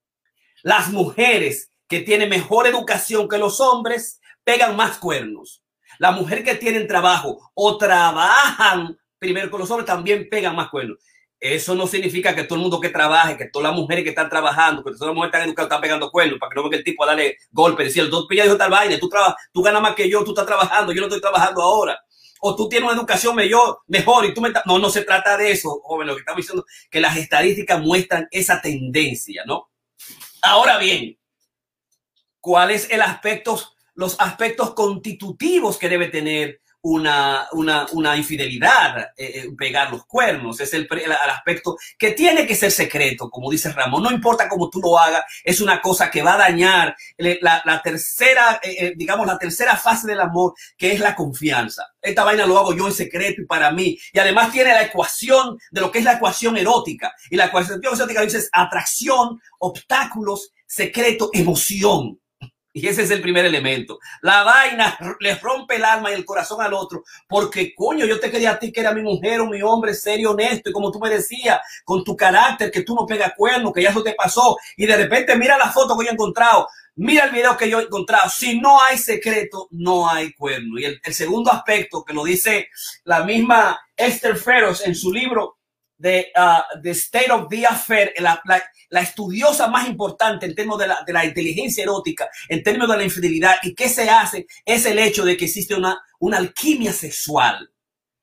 Speaker 1: Las mujeres que tienen mejor educación que los hombres pegan más cuernos. Las mujeres que tienen trabajo o trabajan primero con los hombres también pegan más cuernos. Eso no significa que todo el mundo que trabaje, que todas las mujeres que están trabajando, que todas las mujeres que están educadas están pegando cuernos para que no venga el tipo a darle golpe, decir, el dos pillas dijo tal vaina, tú, tú ganas más que yo, tú estás trabajando, yo no estoy trabajando ahora. O tú tienes una educación mejor, mejor y tú me... No, no se trata de eso, joven, lo que estamos diciendo que las estadísticas muestran esa tendencia, ¿no? Ahora bien, ¿cuál es el aspecto, los aspectos constitutivos que debe tener Una, una, una infidelidad, eh, pegar los cuernos? Es el, el, el aspecto que tiene que ser secreto, como dice Ramón. No importa cómo tú lo hagas, es una cosa que va a dañar la, la tercera, eh, digamos, la tercera fase del amor, que es la confianza. Esta vaina lo hago yo en secreto y para mí. Y además tiene la ecuación de lo que es la ecuación erótica. Y la ecuación erótica dice atracción, obstáculos, secreto, emoción. Y ese es el primer elemento. La vaina le rompe el alma y el corazón al otro porque, coño, yo te quería a ti que era mi mujer o mi hombre serio, honesto y como tú me decías, con tu carácter, que tú no pegas cuernos, que ya eso te pasó y de repente mira la foto que yo he encontrado, mira el video que yo he encontrado. Si no hay secreto, no hay cuerno. Y el, el segundo aspecto que lo dice la misma Esther Ferros en su libro de uh, The State of the Affair, la, la, la estudiosa más importante en términos de la, de la inteligencia erótica, en términos de la infidelidad, y qué se hace, es el hecho de que existe una, una alquimia sexual,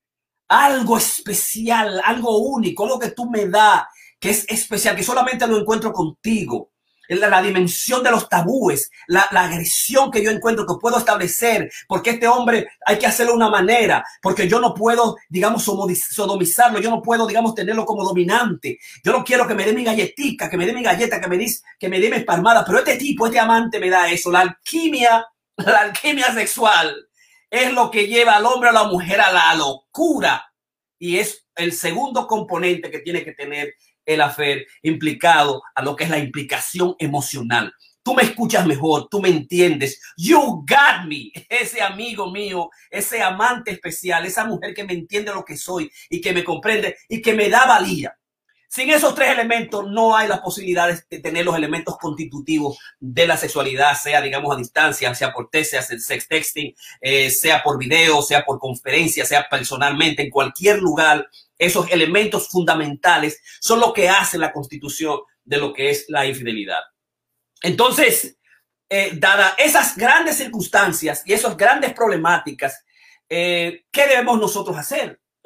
Speaker 1: algo especial, algo único, algo que tú me das, que es especial, que solamente lo encuentro contigo. La, la dimensión de los tabúes, la, la agresión que yo encuentro que puedo establecer, porque este hombre hay que hacerlo de una manera, porque yo no puedo, digamos, sodomizarlo, yo no puedo, digamos, tenerlo como dominante. Yo no quiero que me dé mi galletica, que me dé mi galleta, que me dé, que me dé mi espalmada, pero este tipo, este amante me da eso. La alquimia, la alquimia sexual es lo que lleva al hombre o a la mujer a la locura y es el segundo componente que tiene que tener el affair implicado a lo que es la implicación emocional. Tú me escuchas mejor, tú me entiendes. You got me. Ese amigo mío, ese amante especial, esa mujer que me entiende lo que soy y que me comprende y que me da valía. Sin esos tres elementos no hay las posibilidades de tener los elementos constitutivos de la sexualidad, sea, digamos, a distancia, sea por texto, sea sex texting, eh, sea por video, sea por conferencia, sea personalmente, en cualquier lugar. Esos elementos fundamentales son lo que hace la constitución de lo que es la infidelidad. Entonces, eh, dadas esas grandes circunstancias y esas grandes problemáticas, eh, ¿qué debemos nosotros hacer?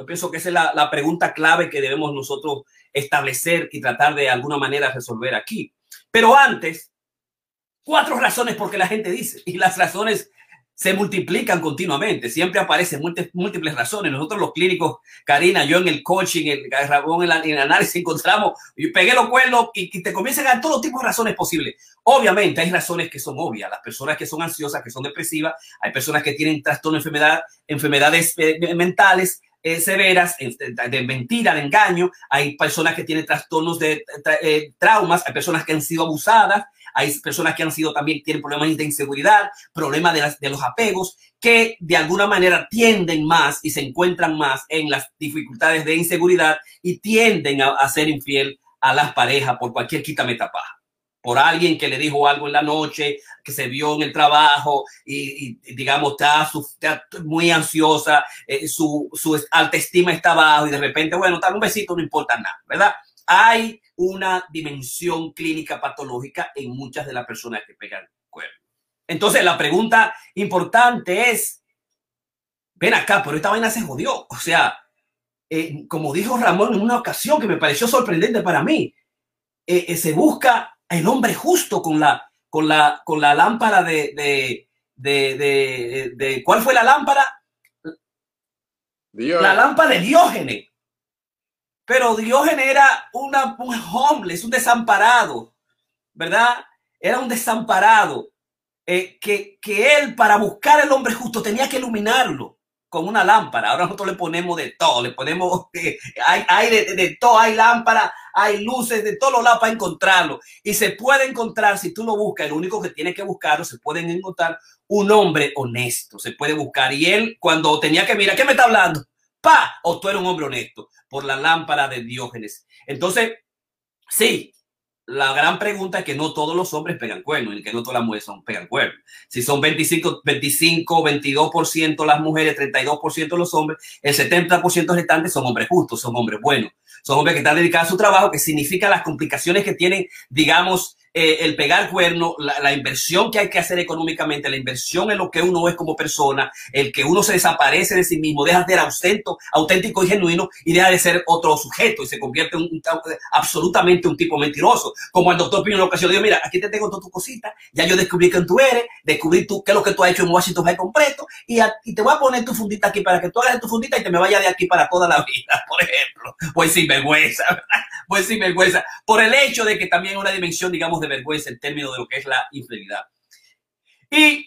Speaker 1: Yo pienso que esa es la, la pregunta clave que debemos nosotros establecer y tratar de alguna manera resolver aquí. Pero antes, cuatro razones por qué la gente dice, y las razones se multiplican continuamente, siempre aparecen múltiples razones. Nosotros los clínicos, Karina, yo en el coaching, el Ramón en, en el análisis encontramos, y pegué los cuernos y, y te comienzan a dar todo tipo de razones posibles. Obviamente hay razones que son obvias, las personas que son ansiosas, que son depresivas, hay personas que tienen trastorno, enfermedad, enfermedades eh, mentales, Eh, severas, de, de mentira, de engaño, hay personas que tienen trastornos de tra, eh, traumas, hay personas que han sido abusadas, hay personas que han sido también, tienen problemas de inseguridad, problemas de, las, de los apegos, que de alguna manera tienden más y se encuentran más en las dificultades de inseguridad y tienden a, a ser infiel a las parejas por cualquier quitametapaja. Por alguien que le dijo algo en la noche, que se vio en el trabajo y, y digamos, está, su, está muy ansiosa, eh, su, su autoestima está bajo y de repente, bueno, tal un besito, no importa nada, ¿verdad? Hay una dimensión clínica patológica en muchas de las personas que pegan cuernos. Entonces, la pregunta importante es, ven acá, pero esta vaina se jodió. O sea, eh, como dijo Ramón en una ocasión que me pareció sorprendente para mí, eh, eh, se busca el hombre justo con la, con la, con la lámpara de, de, de, de, de, ¿cuál fue la lámpara? Dios. La lámpara de Diógenes. Pero Diógenes era una, un homeless, un desamparado, ¿verdad? Era un desamparado eh, que, que él, para buscar el hombre justo, tenía que iluminarlo con una lámpara. Ahora nosotros le ponemos de todo, le ponemos, eh, hay, hay de, de todo, hay lámpara, hay luces de todos los lados para encontrarlo. Y se puede encontrar, si tú lo buscas, el único que tiene que buscarlo, se pueden encontrar un hombre honesto, se puede buscar. Y él, cuando tenía que mirar, ¿qué me está hablando? ¡Pa! O tú eres un hombre honesto, por la lámpara de Diógenes. Entonces, sí, la gran pregunta es que no todos los hombres pegan cuernos y que no todas las mujeres son, pegan cuernos. Si son veinticinco, veinticinco, veintidós por ciento las mujeres, treinta y dos por ciento los hombres, el setenta por ciento restantes son hombres justos, son hombres buenos. Son hombres que están dedicados a su trabajo, que significa las complicaciones que tienen, digamos, eh, el pegar cuerno, la, la inversión que hay que hacer económicamente, la inversión en lo que uno es como persona, el que uno se desaparece de sí mismo, deja de ser ausento, auténtico y genuino y deja de ser otro sujeto y se convierte en un, absolutamente un tipo mentiroso. Como el doctor Pino en la ocasión dijo, mira, aquí te tengo todas tus cositas, ya yo descubrí quién tú eres, descubrí tú, qué es lo que tú has hecho en Washington High completo y, a, y te voy a poner tu fundita aquí para que tú hagas tu fundita y te me vayas de aquí para toda la vida, por ejemplo. Pues sin vergüenza, ¿verdad? Pues sin vergüenza, por el hecho de que también hay una dimensión, digamos, de vergüenza en términos de lo que es la infidelidad. Y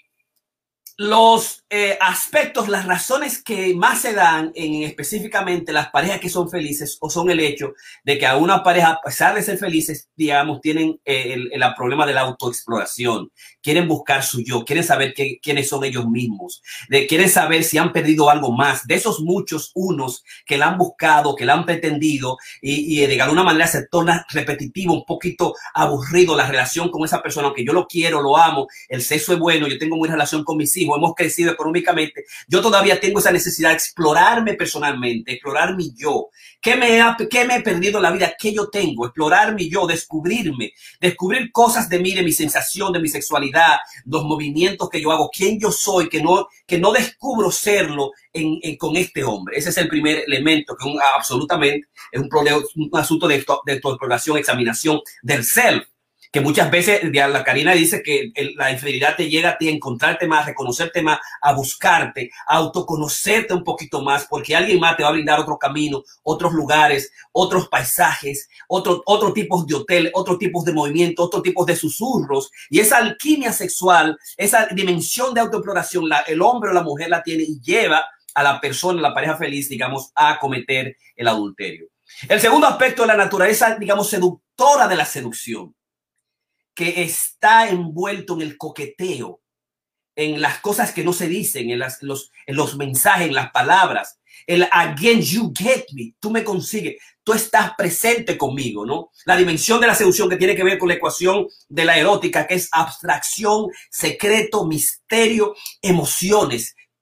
Speaker 1: los eh, aspectos, las razones que más se dan en específicamente las parejas que son felices o son el hecho de que a una pareja, a pesar de ser felices, digamos, tienen eh, el, el problema de la autoexploración, quieren buscar su yo, quieren saber que, quiénes son ellos mismos, de, quieren saber si han perdido algo más, de esos muchos unos que la han buscado, que la han pretendido y, y de alguna manera se torna repetitivo, un poquito aburrido la relación con esa persona, aunque yo lo quiero, lo amo, el sexo es bueno, yo tengo buena relación con mis hijos, hemos crecido económicamente, yo todavía tengo esa necesidad de explorarme personalmente, explorar mi yo. ¿Qué me, ha, qué me he perdido en la vida? ¿Qué yo tengo? Explorar mi yo, descubrirme, descubrir cosas de mí, de mi sensación, de mi sexualidad, los movimientos que yo hago, quién yo soy, que no, que no descubro serlo en, en, con este hombre. Ese es el primer elemento, que un, absolutamente es un, problema, un asunto de, de exploración, examinación del self. Que muchas veces la Karina dice que el, la infidelidad te llega a ti a encontrarte más, reconocerte más, a buscarte, a autoconocerte un poquito más, porque alguien más te va a brindar otro camino, otros lugares, otros paisajes, otro, otro tipos de hotel, otros tipos de movimiento, otros tipos de susurros. Y esa alquimia sexual, esa dimensión de autoexploración, la, el hombre o la mujer la tiene y lleva a la persona, la pareja feliz, digamos, a cometer el adulterio. El segundo aspecto de la naturaleza, digamos, seductora de la seducción, que está envuelto en el coqueteo, en las cosas que no se dicen, en, las, los, en los mensajes, en las palabras, el again you get me, tú me consigues, tú estás presente conmigo, ¿no? La dimensión de la seducción que tiene que ver con la ecuación de la erótica, que es abstracción, secreto, misterio, emociones.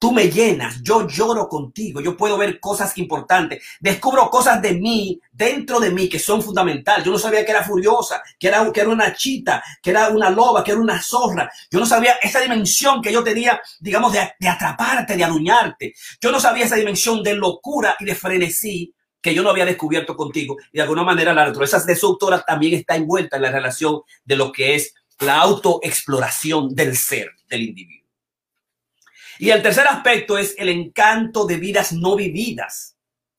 Speaker 1: Tú me llenas, yo lloro contigo, yo puedo ver cosas importantes, descubro cosas de mí, dentro de mí, que son fundamentales. Yo no sabía que era furiosa, que era, que era una chita, que era una loba, que era una zorra. Yo no sabía esa dimensión que yo tenía, digamos, de, de atraparte, de aruñarte. Yo no sabía esa dimensión de locura y de frenesí que yo no había descubierto contigo. Y de alguna manera la naturaleza destructora también está envuelta en la relación de lo que es la autoexploración del ser, del individuo. Y el tercer aspecto es el encanto de vidas no vividas.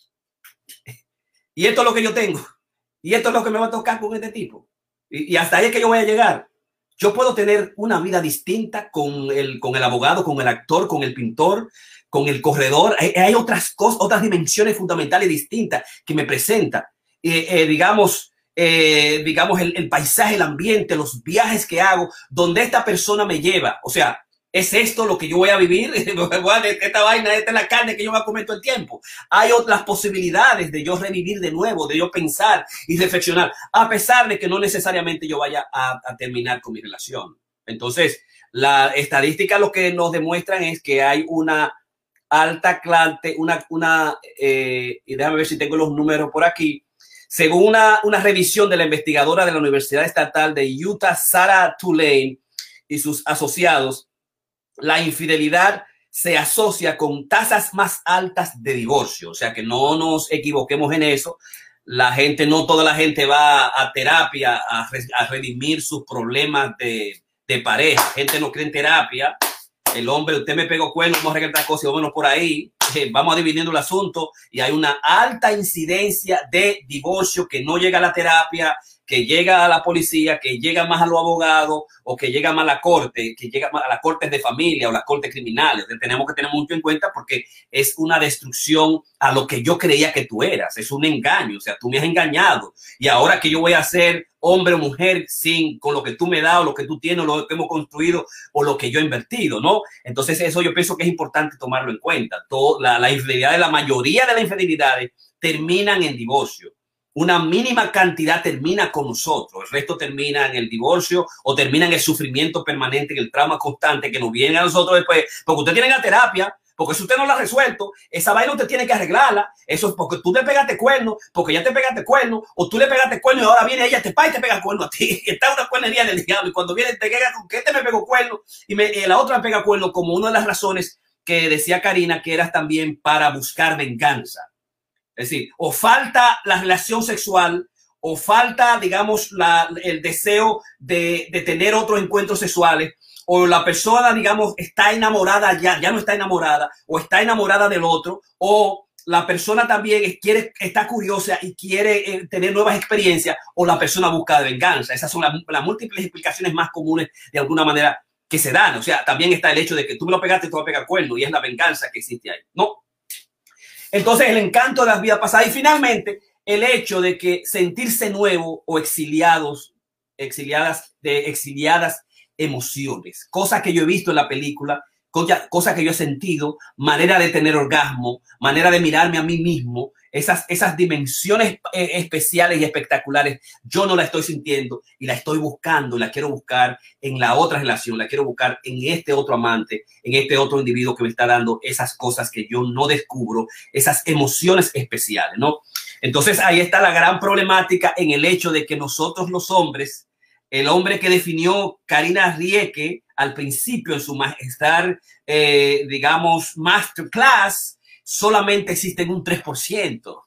Speaker 1: Y esto es lo que yo tengo. Y esto es lo que me va a tocar con este tipo. Y, y hasta ahí es que yo voy a llegar. Yo puedo tener una vida distinta con el, con el abogado, con el actor, con el pintor, con el corredor. Hay, hay otras cosas, otras dimensiones fundamentales distintas que me presentan. Eh, eh, digamos, eh, digamos el, el paisaje, el ambiente, los viajes que hago, donde esta persona me lleva. O sea, ¿es esto lo que yo voy a vivir? Esta vaina, esta es la carne que yo voy a comer todo el tiempo. Hay otras posibilidades de yo revivir de nuevo, de yo pensar y reflexionar, a pesar de que no necesariamente yo vaya a, a terminar con mi relación. Entonces, la estadística lo que nos demuestran es que hay una alta clase, una, una eh, y déjame ver si tengo los números por aquí. Según una, una revisión de la investigadora de la Universidad Estatal de Utah, Sarah Tulane, y sus asociados, la infidelidad se asocia con tasas más altas de divorcio. O sea, que no nos equivoquemos en eso. La gente, no toda la gente va a terapia a, a redimir sus problemas de, de pareja. La gente no cree en terapia. El hombre, usted me pegó cuerno, vamos a arreglar esta cosa y vámonos por ahí. Eh, vamos dividiendo el asunto y hay una alta incidencia de divorcio que no llega a la terapia, que llega a la policía, que llega más a los abogados o que llega más a la corte, que llega más a las cortes de familia o las cortes criminales. Tenemos que tener mucho en cuenta porque es una destrucción a lo que yo creía que tú eras. Es un engaño, o sea, tú me has engañado. Y ahora que yo voy a ser hombre o mujer sin, con lo que tú me das o lo que tú tienes o lo que hemos construido o lo que yo he invertido, ¿no? Entonces eso yo pienso que es importante tomarlo en cuenta. Todo, la, la infidelidad, la mayoría de las infidelidades terminan en divorcio. Una mínima cantidad termina con nosotros, el resto termina en el divorcio o termina en el sufrimiento permanente, en el trauma constante que nos viene a nosotros después, porque usted tiene la terapia, porque si usted no la ha resuelto, esa vaina usted tiene que arreglarla. Eso es porque tú le pegaste cuerno, porque ya te pegaste cuerno, o tú le pegaste cuerno y ahora viene ella, te pa y te pega cuerno a ti. Está una cuernería del diablo y cuando viene te pega con que este me pegó cuerno y, me, y la otra me pega cuerno, como una de las razones que decía Karina, que era también para buscar venganza. Es decir, o falta la relación sexual, o falta, digamos, la, el deseo de, de tener otros encuentros sexuales, o la persona, digamos, está enamorada ya, ya no está enamorada, o está enamorada del otro, o la persona también quiere, está curiosa y quiere eh, tener nuevas experiencias, o la persona busca de venganza. Esas son las, las múltiples explicaciones más comunes, de alguna manera, que se dan. O sea, también está el hecho de que tú me lo pegaste, tú vas a pegar cuerno, y es la venganza que existe ahí. No. Entonces, el encanto de las vidas pasadas. Y finalmente, el hecho de que sentirse nuevo o exiliados, exiliadas, de exiliadas emociones. Cosas que yo he visto en la película, cosas que yo he sentido, manera de tener orgasmo, manera de mirarme a mí mismo. Esas, esas dimensiones eh, especiales y espectaculares, yo no la estoy sintiendo y la estoy buscando, la quiero buscar en la otra relación, la quiero buscar en este otro amante, en este otro individuo que me está dando esas cosas que yo no descubro, esas emociones especiales, ¿no? Entonces ahí está la gran problemática en el hecho de que nosotros los hombres, el hombre que definió Karina Rieke al principio en su majestad, eh, digamos, masterclass, solamente existen un tres por ciento.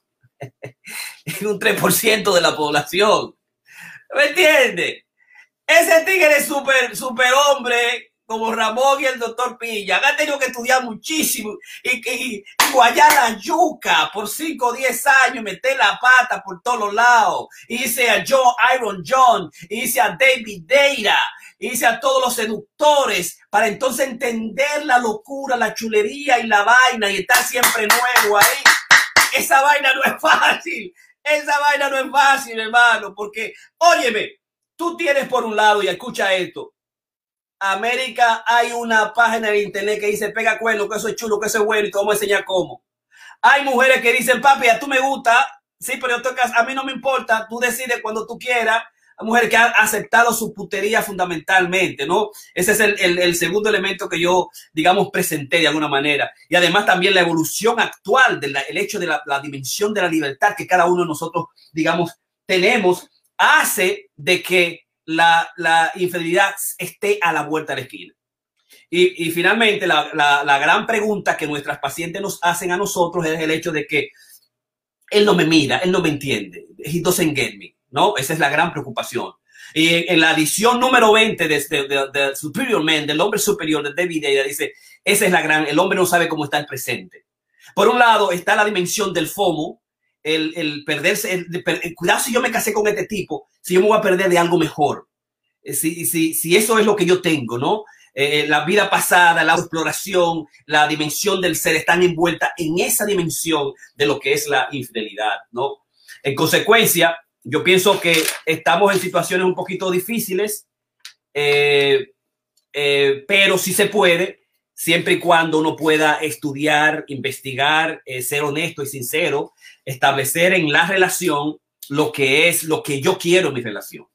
Speaker 1: Un tres por ciento de la población. ¿Me entiendes? Ese tigre es súper, súper hombre, como Ramón y el doctor Pilla. Han tenido que estudiar muchísimo y, y, y guayar la yuca por cinco o diez años, meter la pata por todos los lados. Hice a John Iron John, hice a David Deira, hice a todos los seductores para entonces entender la locura, la chulería y la vaina y estar siempre nuevo ahí. Esa vaina no es fácil. Esa vaina no es fácil, hermano, porque, óyeme, tú tienes por un lado, y escucha esto, América, hay una página en internet que dice pega cuerno, que eso es chulo, que eso es bueno y te vamos a enseñar cómo. Hay mujeres que dicen, papi, a tú me gusta, sí, pero yo estoy, a mí no me importa, tú decides cuando tú quieras. mujer que ha aceptado su putería fundamentalmente, ¿no? Ese es el, el, el segundo elemento que yo, digamos, presenté de alguna manera. Y además también la evolución actual, del el hecho de la, la dimensión de la libertad que cada uno de nosotros, digamos, tenemos, hace de que la, la infidelidad esté a la vuelta de la esquina. Y, y finalmente, la, la, la gran pregunta que nuestras pacientes nos hacen a nosotros es el hecho de que él no me mira, él no me entiende. He doesn't get me, ¿no? Esa es la gran preocupación. Y en, en la edición número veinte de, de, de, de Superior Man, del hombre superior, de David Deida, dice, esa es la gran, el hombre no sabe cómo está el presente. Por un lado está la dimensión del FOMO, el, el perderse, el, el, el, cuidado si yo me casé con este tipo, si yo me voy a perder de algo mejor. Si, si, si eso es lo que yo tengo, ¿no? Eh, la vida pasada, la exploración, la dimensión del ser están envueltas en esa dimensión de lo que es la infidelidad, ¿no? En consecuencia, yo pienso que estamos en situaciones un poquito difíciles, eh, eh, pero sí se puede, siempre y cuando uno pueda estudiar, investigar, eh, ser honesto y sincero, establecer en la relación lo que es lo que yo quiero en mi relación.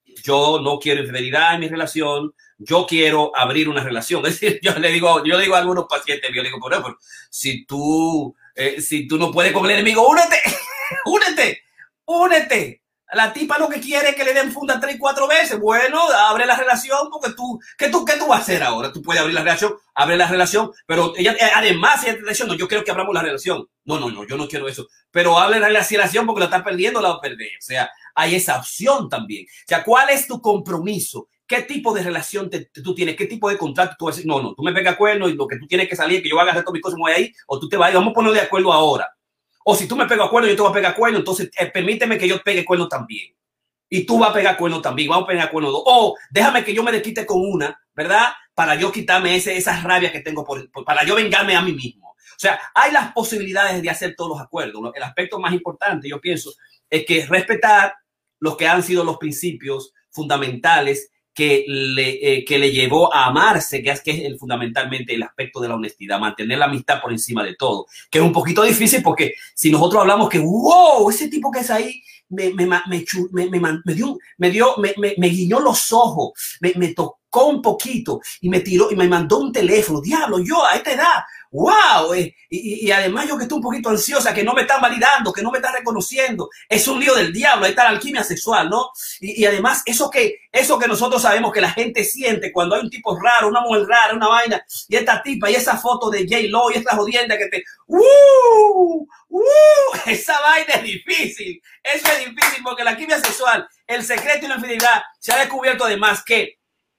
Speaker 1: Yo no quiero infidelidad en mi relación. Yo quiero abrir una relación. Es decir, yo le digo, yo le digo a algunos pacientes, yo le digo, por ejemplo, si tú, eh, si tú no puedes con el enemigo, únete, únete, únete. La tipa lo que quiere es que le den funda tres y cuatro veces. Bueno, abre la relación porque tú, ¿qué tú, qué tú vas a hacer ahora? Tú puedes abrir la relación, abre la relación, pero ella, además, ella te dice, no, yo quiero que abramos la relación. No, no, no, yo no quiero eso. Pero abre la relación porque la estás perdiendo, la va a perder. O sea, hay esa opción también. O sea, ¿cuál es tu compromiso? ¿Qué tipo de relación te, te, tú tienes? ¿Qué tipo de contrato tú vas a decir? No, no, tú me pegas cuerno y lo que tú tienes que salir, que yo haga el resto de mis cosas, me voy ahí, o tú te vas, vamos a poner de acuerdo ahora. O si tú me pegas cuerno, yo te voy a pegar cuerno, entonces eh, permíteme que yo pegue cuerno también. Y tú vas a pegar cuerno también, vamos a pegar cuerno dos. O déjame que yo me desquite con una, ¿verdad? Para yo quitarme ese, esa rabia que tengo, por, por, para yo vengarme a mí mismo. O sea, hay las posibilidades de hacer todos los acuerdos. El aspecto más importante, yo pienso, es que respetar los que han sido los principios fundamentales que le, eh, que le llevó a amarse, que es, que es el, fundamentalmente el aspecto de la honestidad, mantener la amistad por encima de todo, que es un poquito difícil porque si nosotros hablamos que, wow, ese tipo que es ahí, me, me, me, me, me, me dio, me, dio me, me, me guiñó los ojos, me, me tocó un poquito y me tiró y me mandó un teléfono, diablo, yo a esta edad, wow, eh, y, y además yo que estoy un poquito ansiosa, que no me está validando, que no me está reconociendo, es un lío del diablo, ahí está la alquimia sexual, ¿no? Y, y además eso que, eso que nosotros sabemos que la gente siente cuando hay un tipo raro, una mujer rara, una vaina, y esta tipa, y esa foto de J-Lo, y esta jodienda que te, ¡uh! ¡uh! Esa vaina es difícil, eso es difícil porque la alquimia sexual, el secreto y la infidelidad, se ha descubierto además que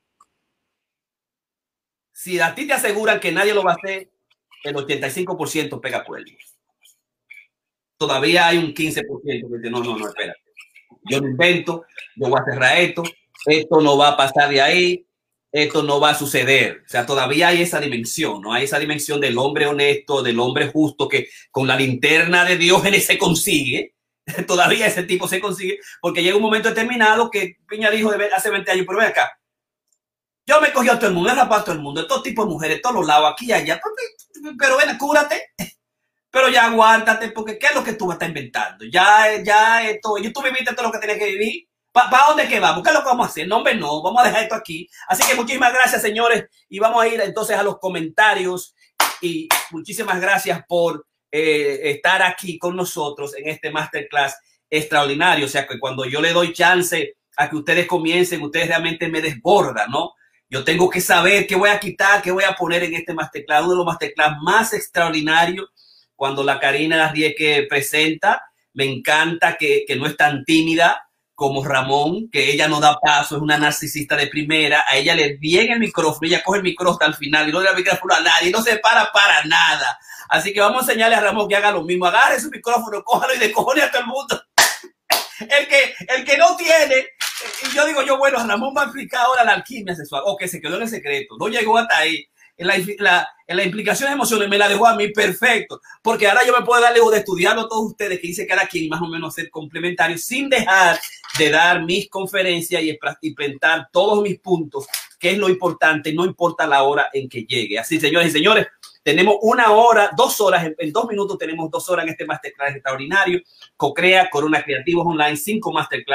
Speaker 1: si a ti te aseguran que nadie lo va a hacer, el ochenta y cinco por ciento pega cuernos. Todavía hay un quince por ciento que dice, no, no, no, espérate. Yo lo invento, yo voy a cerrar esto, esto no va a pasar de ahí, esto no va a suceder. O sea, todavía hay esa dimensión, ¿no? Hay esa dimensión del hombre honesto, del hombre justo que con la linterna de Diógenes se consigue. Todavía ese tipo se consigue porque llega un momento determinado que Piña dijo de hace veinte años, pero ven acá. Yo me cogí a todo el mundo, he rapado a todo el mundo, de todo tipo de mujeres, de todos los lados, aquí y allá. Pero ven, cúrate. Pero ya aguántate, porque ¿qué es lo que tú vas a estar inventando? Ya, ya, esto, yo tú viviste todo lo que tenías que vivir. ¿Para pa dónde que vamos? ¿Qué es lo que vamos a hacer? No, hombre, no, vamos a dejar esto aquí. Así que muchísimas gracias, señores. Y vamos a ir entonces a los comentarios. Y muchísimas gracias por eh, estar aquí con nosotros en este masterclass extraordinario. O sea, que cuando yo le doy chance a que ustedes comiencen, ustedes realmente me desbordan, ¿no? Yo tengo que saber qué voy a quitar, qué voy a poner en este masterclass, uno de los masterclass más extraordinarios. Cuando la Karina Rieke presenta, me encanta que, que no es tan tímida como Ramón, que ella no da paso, es una narcisista de primera. A ella le viene el micrófono, ella coge el micrófono hasta el final y no le da el micrófono a nadie, no se para para nada. Así que vamos a enseñarle a Ramón que haga lo mismo. Agarre su micrófono, cójalo y descojone a todo el mundo. El que, el que no tiene, y yo digo yo, bueno, Ramón va a explicar ahora la alquimia sexual, o que se quedó en el secreto, no llegó hasta ahí. En la, la, en la implicación emocional me la dejó a mí perfecto, porque ahora yo me puedo dar lujo de estudiarlo a todos ustedes, que dice cada quien más o menos ser complementario, sin dejar de dar mis conferencias y implementar todos mis puntos, que es lo importante, no importa la hora en que llegue. Así, señores y señores, tenemos una hora, dos horas, en, en dos minutos tenemos dos horas en este masterclass extraordinario. Co-crea Corona Creativos Online, cinco masterclass,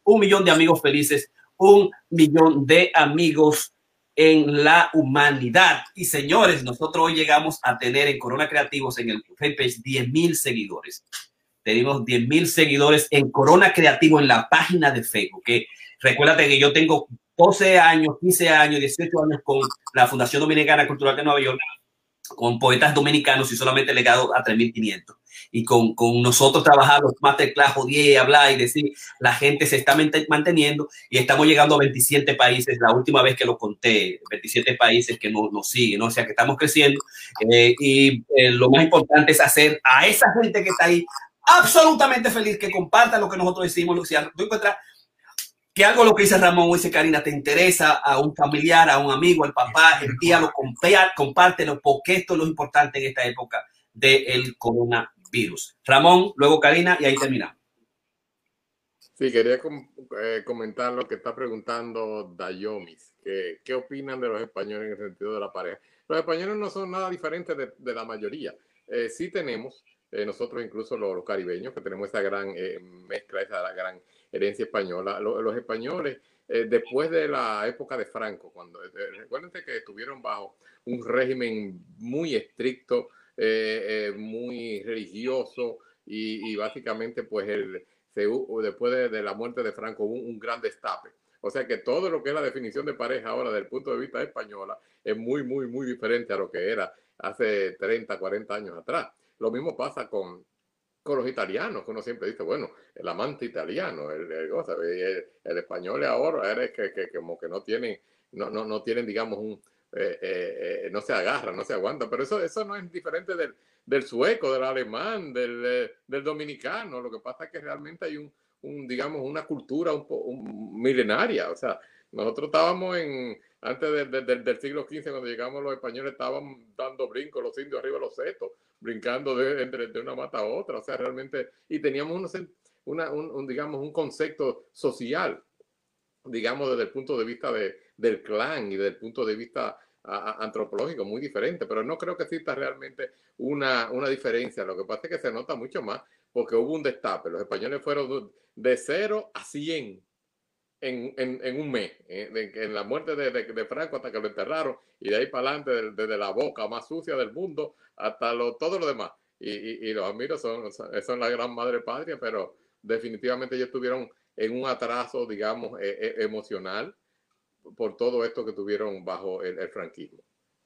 Speaker 1: un millón de amigos felices, un millón de amigos en la humanidad. Y señores, nosotros hoy llegamos a tener en Corona Creativos, en el fanpage, diez mil seguidores. Tenemos diez mil seguidores en Corona Creativo en la página de Facebook. Que recuérdate que yo tengo doce años, quince años, dieciocho años con la Fundación Dominicana Cultural de Nueva York, con poetas dominicanos y solamente legado a tres mil quinientos. Y con, con nosotros trabajar los masterclass, odié, hablar y decir, la gente se está manteniendo y estamos llegando a veintisiete países. La última vez que lo conté, veintisiete países que nos, nos siguen, ¿no? O sea que estamos creciendo. Eh, y eh, lo más importante es hacer a esa gente que está ahí absolutamente feliz, que comparta lo que nosotros decimos. Luciano, tú encuentras que algo lo que dice Ramón o dice Karina te interesa a un familiar, a un amigo, al papá, envíalo, compártelo, porque esto es lo importante en esta época del coronavirus. Ramón, luego Karina y ahí terminamos.
Speaker 3: Sí, quería com eh, comentar lo que está preguntando Dayomis. Que, ¿Qué opinan de los españoles en el sentido de la pareja? Los españoles no son nada diferentes de, de la mayoría. Eh, sí tenemos, eh, nosotros incluso los, los caribeños, que tenemos esa gran eh, mezcla, esa gran herencia española. Los, los españoles, eh, después de la época de Franco, cuando eh, recuérdense que estuvieron bajo un régimen muy estricto, eh, eh, muy religioso y, y básicamente pues el, se, después de, de la muerte de Franco hubo un, un gran destape. O sea que todo lo que es la definición de pareja ahora desde el punto de vista española es muy, muy, muy diferente a lo que era hace treinta, cuarenta años atrás. Lo mismo pasa con con los italianos, que uno siempre dice, bueno, el amante italiano, el, el, el, el español ahora es que, que, que como que no tienen, no, no, no tienen, digamos, un, eh, eh, no se agarran, no se aguantan, pero eso, eso no es diferente del, del sueco, del alemán, del, eh, del dominicano. Lo que pasa es que realmente hay un, un digamos, una cultura un, un milenaria. O sea, nosotros estábamos en, antes de, de, de, del siglo quince, cuando llegamos los españoles, estaban dando brincos los indios arriba de los setos, brincando de, entre, de una mata a otra. O sea, realmente, y teníamos unos, una, un, un, digamos, un concepto social, digamos, desde el punto de vista de, del clan y desde el punto de vista a, a, antropológico, muy diferente, pero no creo que exista realmente una, una diferencia. Lo que pasa es que se nota mucho más porque hubo un destape. Los españoles fueron de cero a cien en, en, en un mes, en, en la muerte de, de, de Franco hasta que lo enterraron, y de ahí para adelante, desde, desde la boca más sucia del mundo hasta lo, todo lo demás. Y, y, y los admiro, son, son la gran madre patria, pero definitivamente ellos estuvieron en un atraso, digamos, eh, eh, emocional por todo esto que tuvieron bajo el, el franquismo.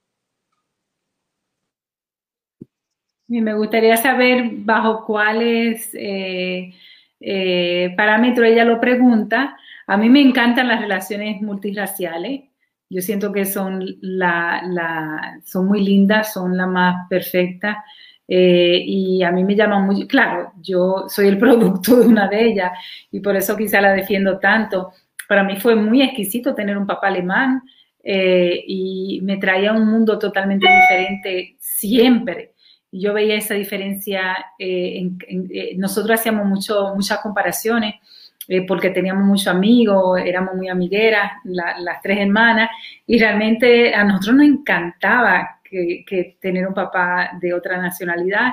Speaker 2: Y me gustaría saber bajo cuáles eh, eh, parámetros ella lo pregunta. A mí me encantan las relaciones multirraciales. Yo siento que son, la, la, son muy lindas, son las más perfectas. Eh, y a mí me llaman muy, claro, yo soy el producto de una de ellas y por eso quizá la defiendo tanto. Para mí fue muy exquisito tener un papá alemán eh, y me traía un mundo totalmente diferente siempre. Y yo veía esa diferencia, eh, en, en, eh, nosotros hacíamos mucho, muchas comparaciones eh, porque teníamos muchos amigos, éramos muy amigueras, la, las tres hermanas, y realmente a nosotros nos encantaba que, que tener un papá de otra nacionalidad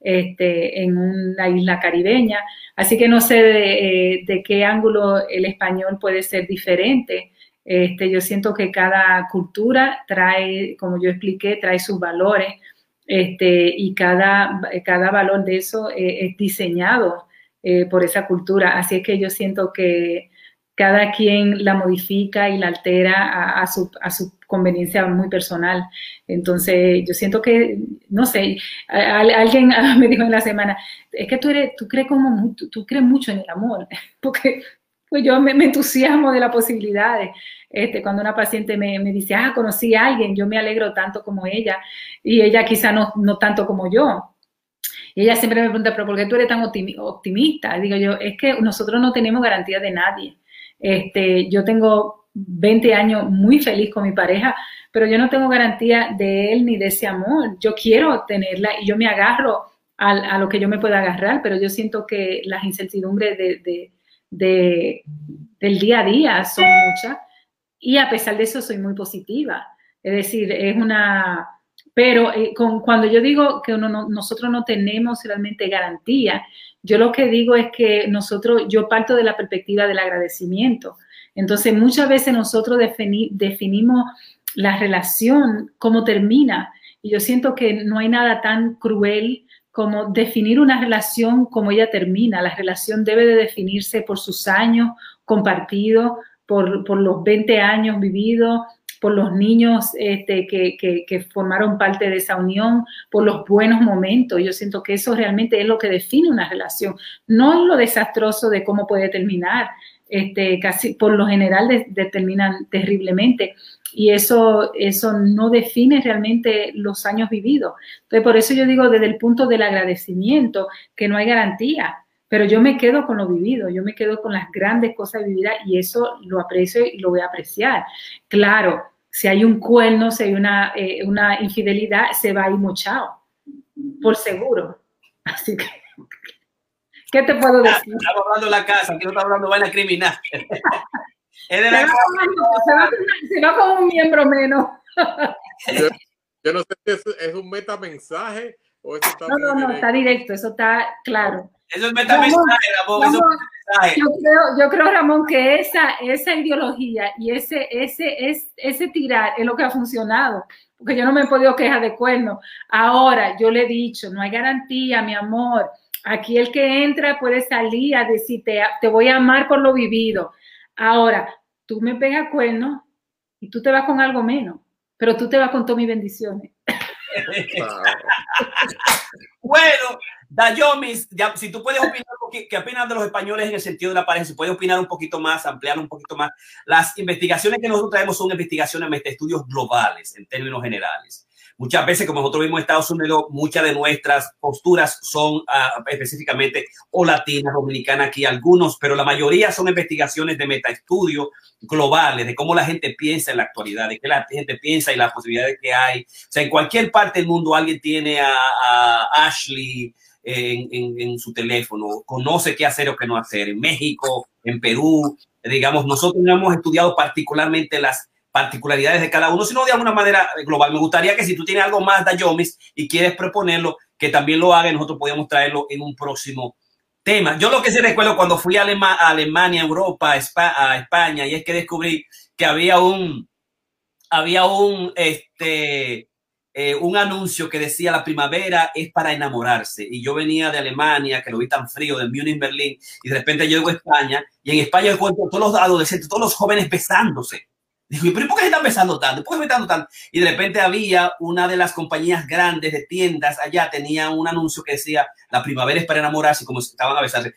Speaker 2: este, en una isla caribeña. Así que no sé de, eh, de qué ángulo el español puede ser diferente. Este, yo siento que cada cultura trae, como yo expliqué, trae sus valores. Este, y cada, cada valor de eso eh, es diseñado eh, por esa cultura. Así es que yo siento que cada quien la modifica y la altera a, a, su, a su conveniencia muy personal. Entonces, yo siento que, no sé, a, a, alguien me dijo en la semana, es que tú, eres, tú, crees como, tú, tú crees mucho en el amor, porque pues yo me, me entusiasmo de las posibilidades. Este, cuando una paciente me, me dice, ah, conocí a alguien, yo me alegro tanto como ella, y ella quizá no, no tanto como yo. Y ella siempre me pregunta, pero ¿por qué tú eres tan optimista? Y digo yo, es que nosotros no tenemos garantía de nadie. Este, yo tengo veinte años muy feliz con mi pareja, pero yo no tengo garantía de él ni de ese amor. Yo quiero tenerla y yo me agarro a, a lo que yo me pueda agarrar, pero yo siento que las incertidumbres de, de, de, del día a día son muchas. Y a pesar de eso soy muy positiva. Es decir, es una Pero eh, con, cuando yo digo que uno no, nosotros no tenemos realmente garantía, yo lo que digo es que nosotros, yo parto de la perspectiva del agradecimiento. Entonces, muchas veces nosotros defini, definimos la relación como termina. Y yo siento que no hay nada tan cruel como definir una relación como ella termina. La relación debe de definirse por sus años compartidos, por, por los veinte años vividos, por los niños este, que, que, que formaron parte de esa unión, por los buenos momentos. Yo siento que eso realmente es lo que define una relación, no lo desastroso de cómo puede terminar. Este, casi por lo general de, de terminan terriblemente, y eso, eso no define realmente los años vividos. Entonces, por eso yo digo desde el punto del agradecimiento que no hay garantía, pero yo me quedo con lo vivido, yo me quedo con las grandes cosas vividas, y eso lo aprecio y lo voy a apreciar. Claro, si hay un cuerno, si hay una, eh, una infidelidad, se va a ir mochado, por seguro. Así que ¿qué te puedo decir?
Speaker 1: Estamos hablando de la casa, aquí no estamos hablando de vaina criminal. Es de
Speaker 2: se,
Speaker 1: la
Speaker 2: va con, se, va, se va con un miembro menos.
Speaker 3: Yo, yo no sé si es, es un metamensaje o eso está
Speaker 2: No, no, no, está directo, eso está claro.
Speaker 1: Eso es metamensaje, Ramón. Ramón, eso es metamensaje.
Speaker 2: Yo creo, yo creo, Ramón, que esa, esa ideología y ese, ese, ese, ese tirar es lo que ha funcionado. Porque yo no me he podido quejar de cuernos. Ahora, yo le he dicho, no hay garantía, mi amor. Aquí el que entra puede salir a decir, te, te voy a amar por lo vivido. Ahora, tú me pegas cuernos y tú te vas con algo menos, pero tú te vas con todas mis bendiciones.
Speaker 1: Bueno, Dayomis, ya, si tú puedes opinar, ¿qué opinas de los españoles en el sentido de la pareja? Si puedes opinar un poquito más, ampliar un poquito más. Las investigaciones que nosotros traemos son investigaciones, estudios globales en términos generales. Muchas veces, como nosotros vimos en Estados Unidos, muchas de nuestras posturas son uh, específicamente o latinas, dominicanas aquí, algunos, pero la mayoría son investigaciones de metaestudios globales, de cómo la gente piensa en la actualidad, de qué la gente piensa y las posibilidades que hay. O sea, en cualquier parte del mundo alguien tiene a, a Ashley en, en, en su teléfono, conoce qué hacer o qué no hacer. En México, en Perú, digamos, nosotros no hemos estudiado particularmente las particularidades de cada uno, sino de alguna manera global. Me gustaría que si tú tienes algo más, Dayomis, y quieres proponerlo, que también lo haga y nosotros podemos traerlo en un próximo tema. Yo lo que sí recuerdo cuando fui a, Alema a Alemania, Europa, a España, y es que descubrí que había un, había un, este, eh, un anuncio que decía la primavera es para enamorarse. Y yo venía de Alemania, que lo vi tan frío, de Múnich, Berlín, y de repente llego a España, y en España encuentro todos los adolescentes, todos los jóvenes besándose. Digo, ¿pero por qué se están besando tanto? ¿Por qué se están besando tanto? Y de repente había una de las compañías grandes de tiendas allá, tenía un anuncio que decía, la primavera es para enamorarse, como estaban a besarse,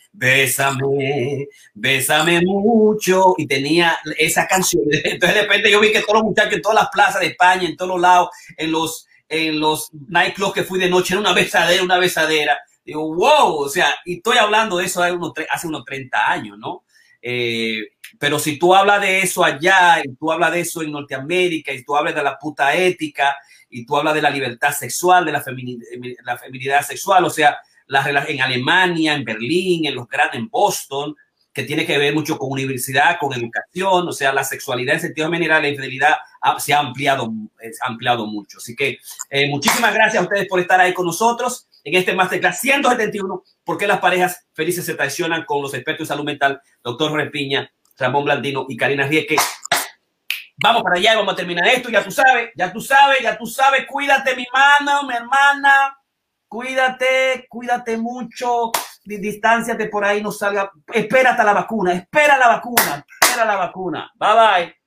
Speaker 1: bésame, bésame mucho, y tenía esa canción. Entonces de repente yo vi que todos los muchachos en todas las plazas de España, en todos los lados, en los, en los nightclubs que fui de noche, era una besadera, una besadera. Digo, wow, o sea, y estoy hablando de eso hace unos, hace unos treinta años, ¿no? Eh, pero si tú hablas de eso allá, y tú hablas de eso en Norteamérica, y tú hablas de la puta ética, y tú hablas de la libertad sexual, de la, femini, la feminidad sexual, o sea, la, en Alemania, en Berlín, en los grandes, en Boston, que tiene que ver mucho con universidad, con educación, o sea, la sexualidad en sentido general, la infidelidad ha, se ha ampliado, ha ampliado mucho. Así que eh, muchísimas gracias a ustedes por estar ahí con nosotros en este Masterclass ciento setenta y uno, ¿por qué las parejas felices se traicionan? Con los expertos en salud mental, doctor Repiña, Ramón Blandino y Karina Rieke. Vamos para allá y vamos a terminar esto. Ya tú sabes, ya tú sabes, ya tú sabes. Cuídate, mi mano, mi hermana. Cuídate, cuídate mucho. Distánciate por ahí, no salga. Espera hasta la vacuna, espera la vacuna, espera la vacuna. Bye, bye.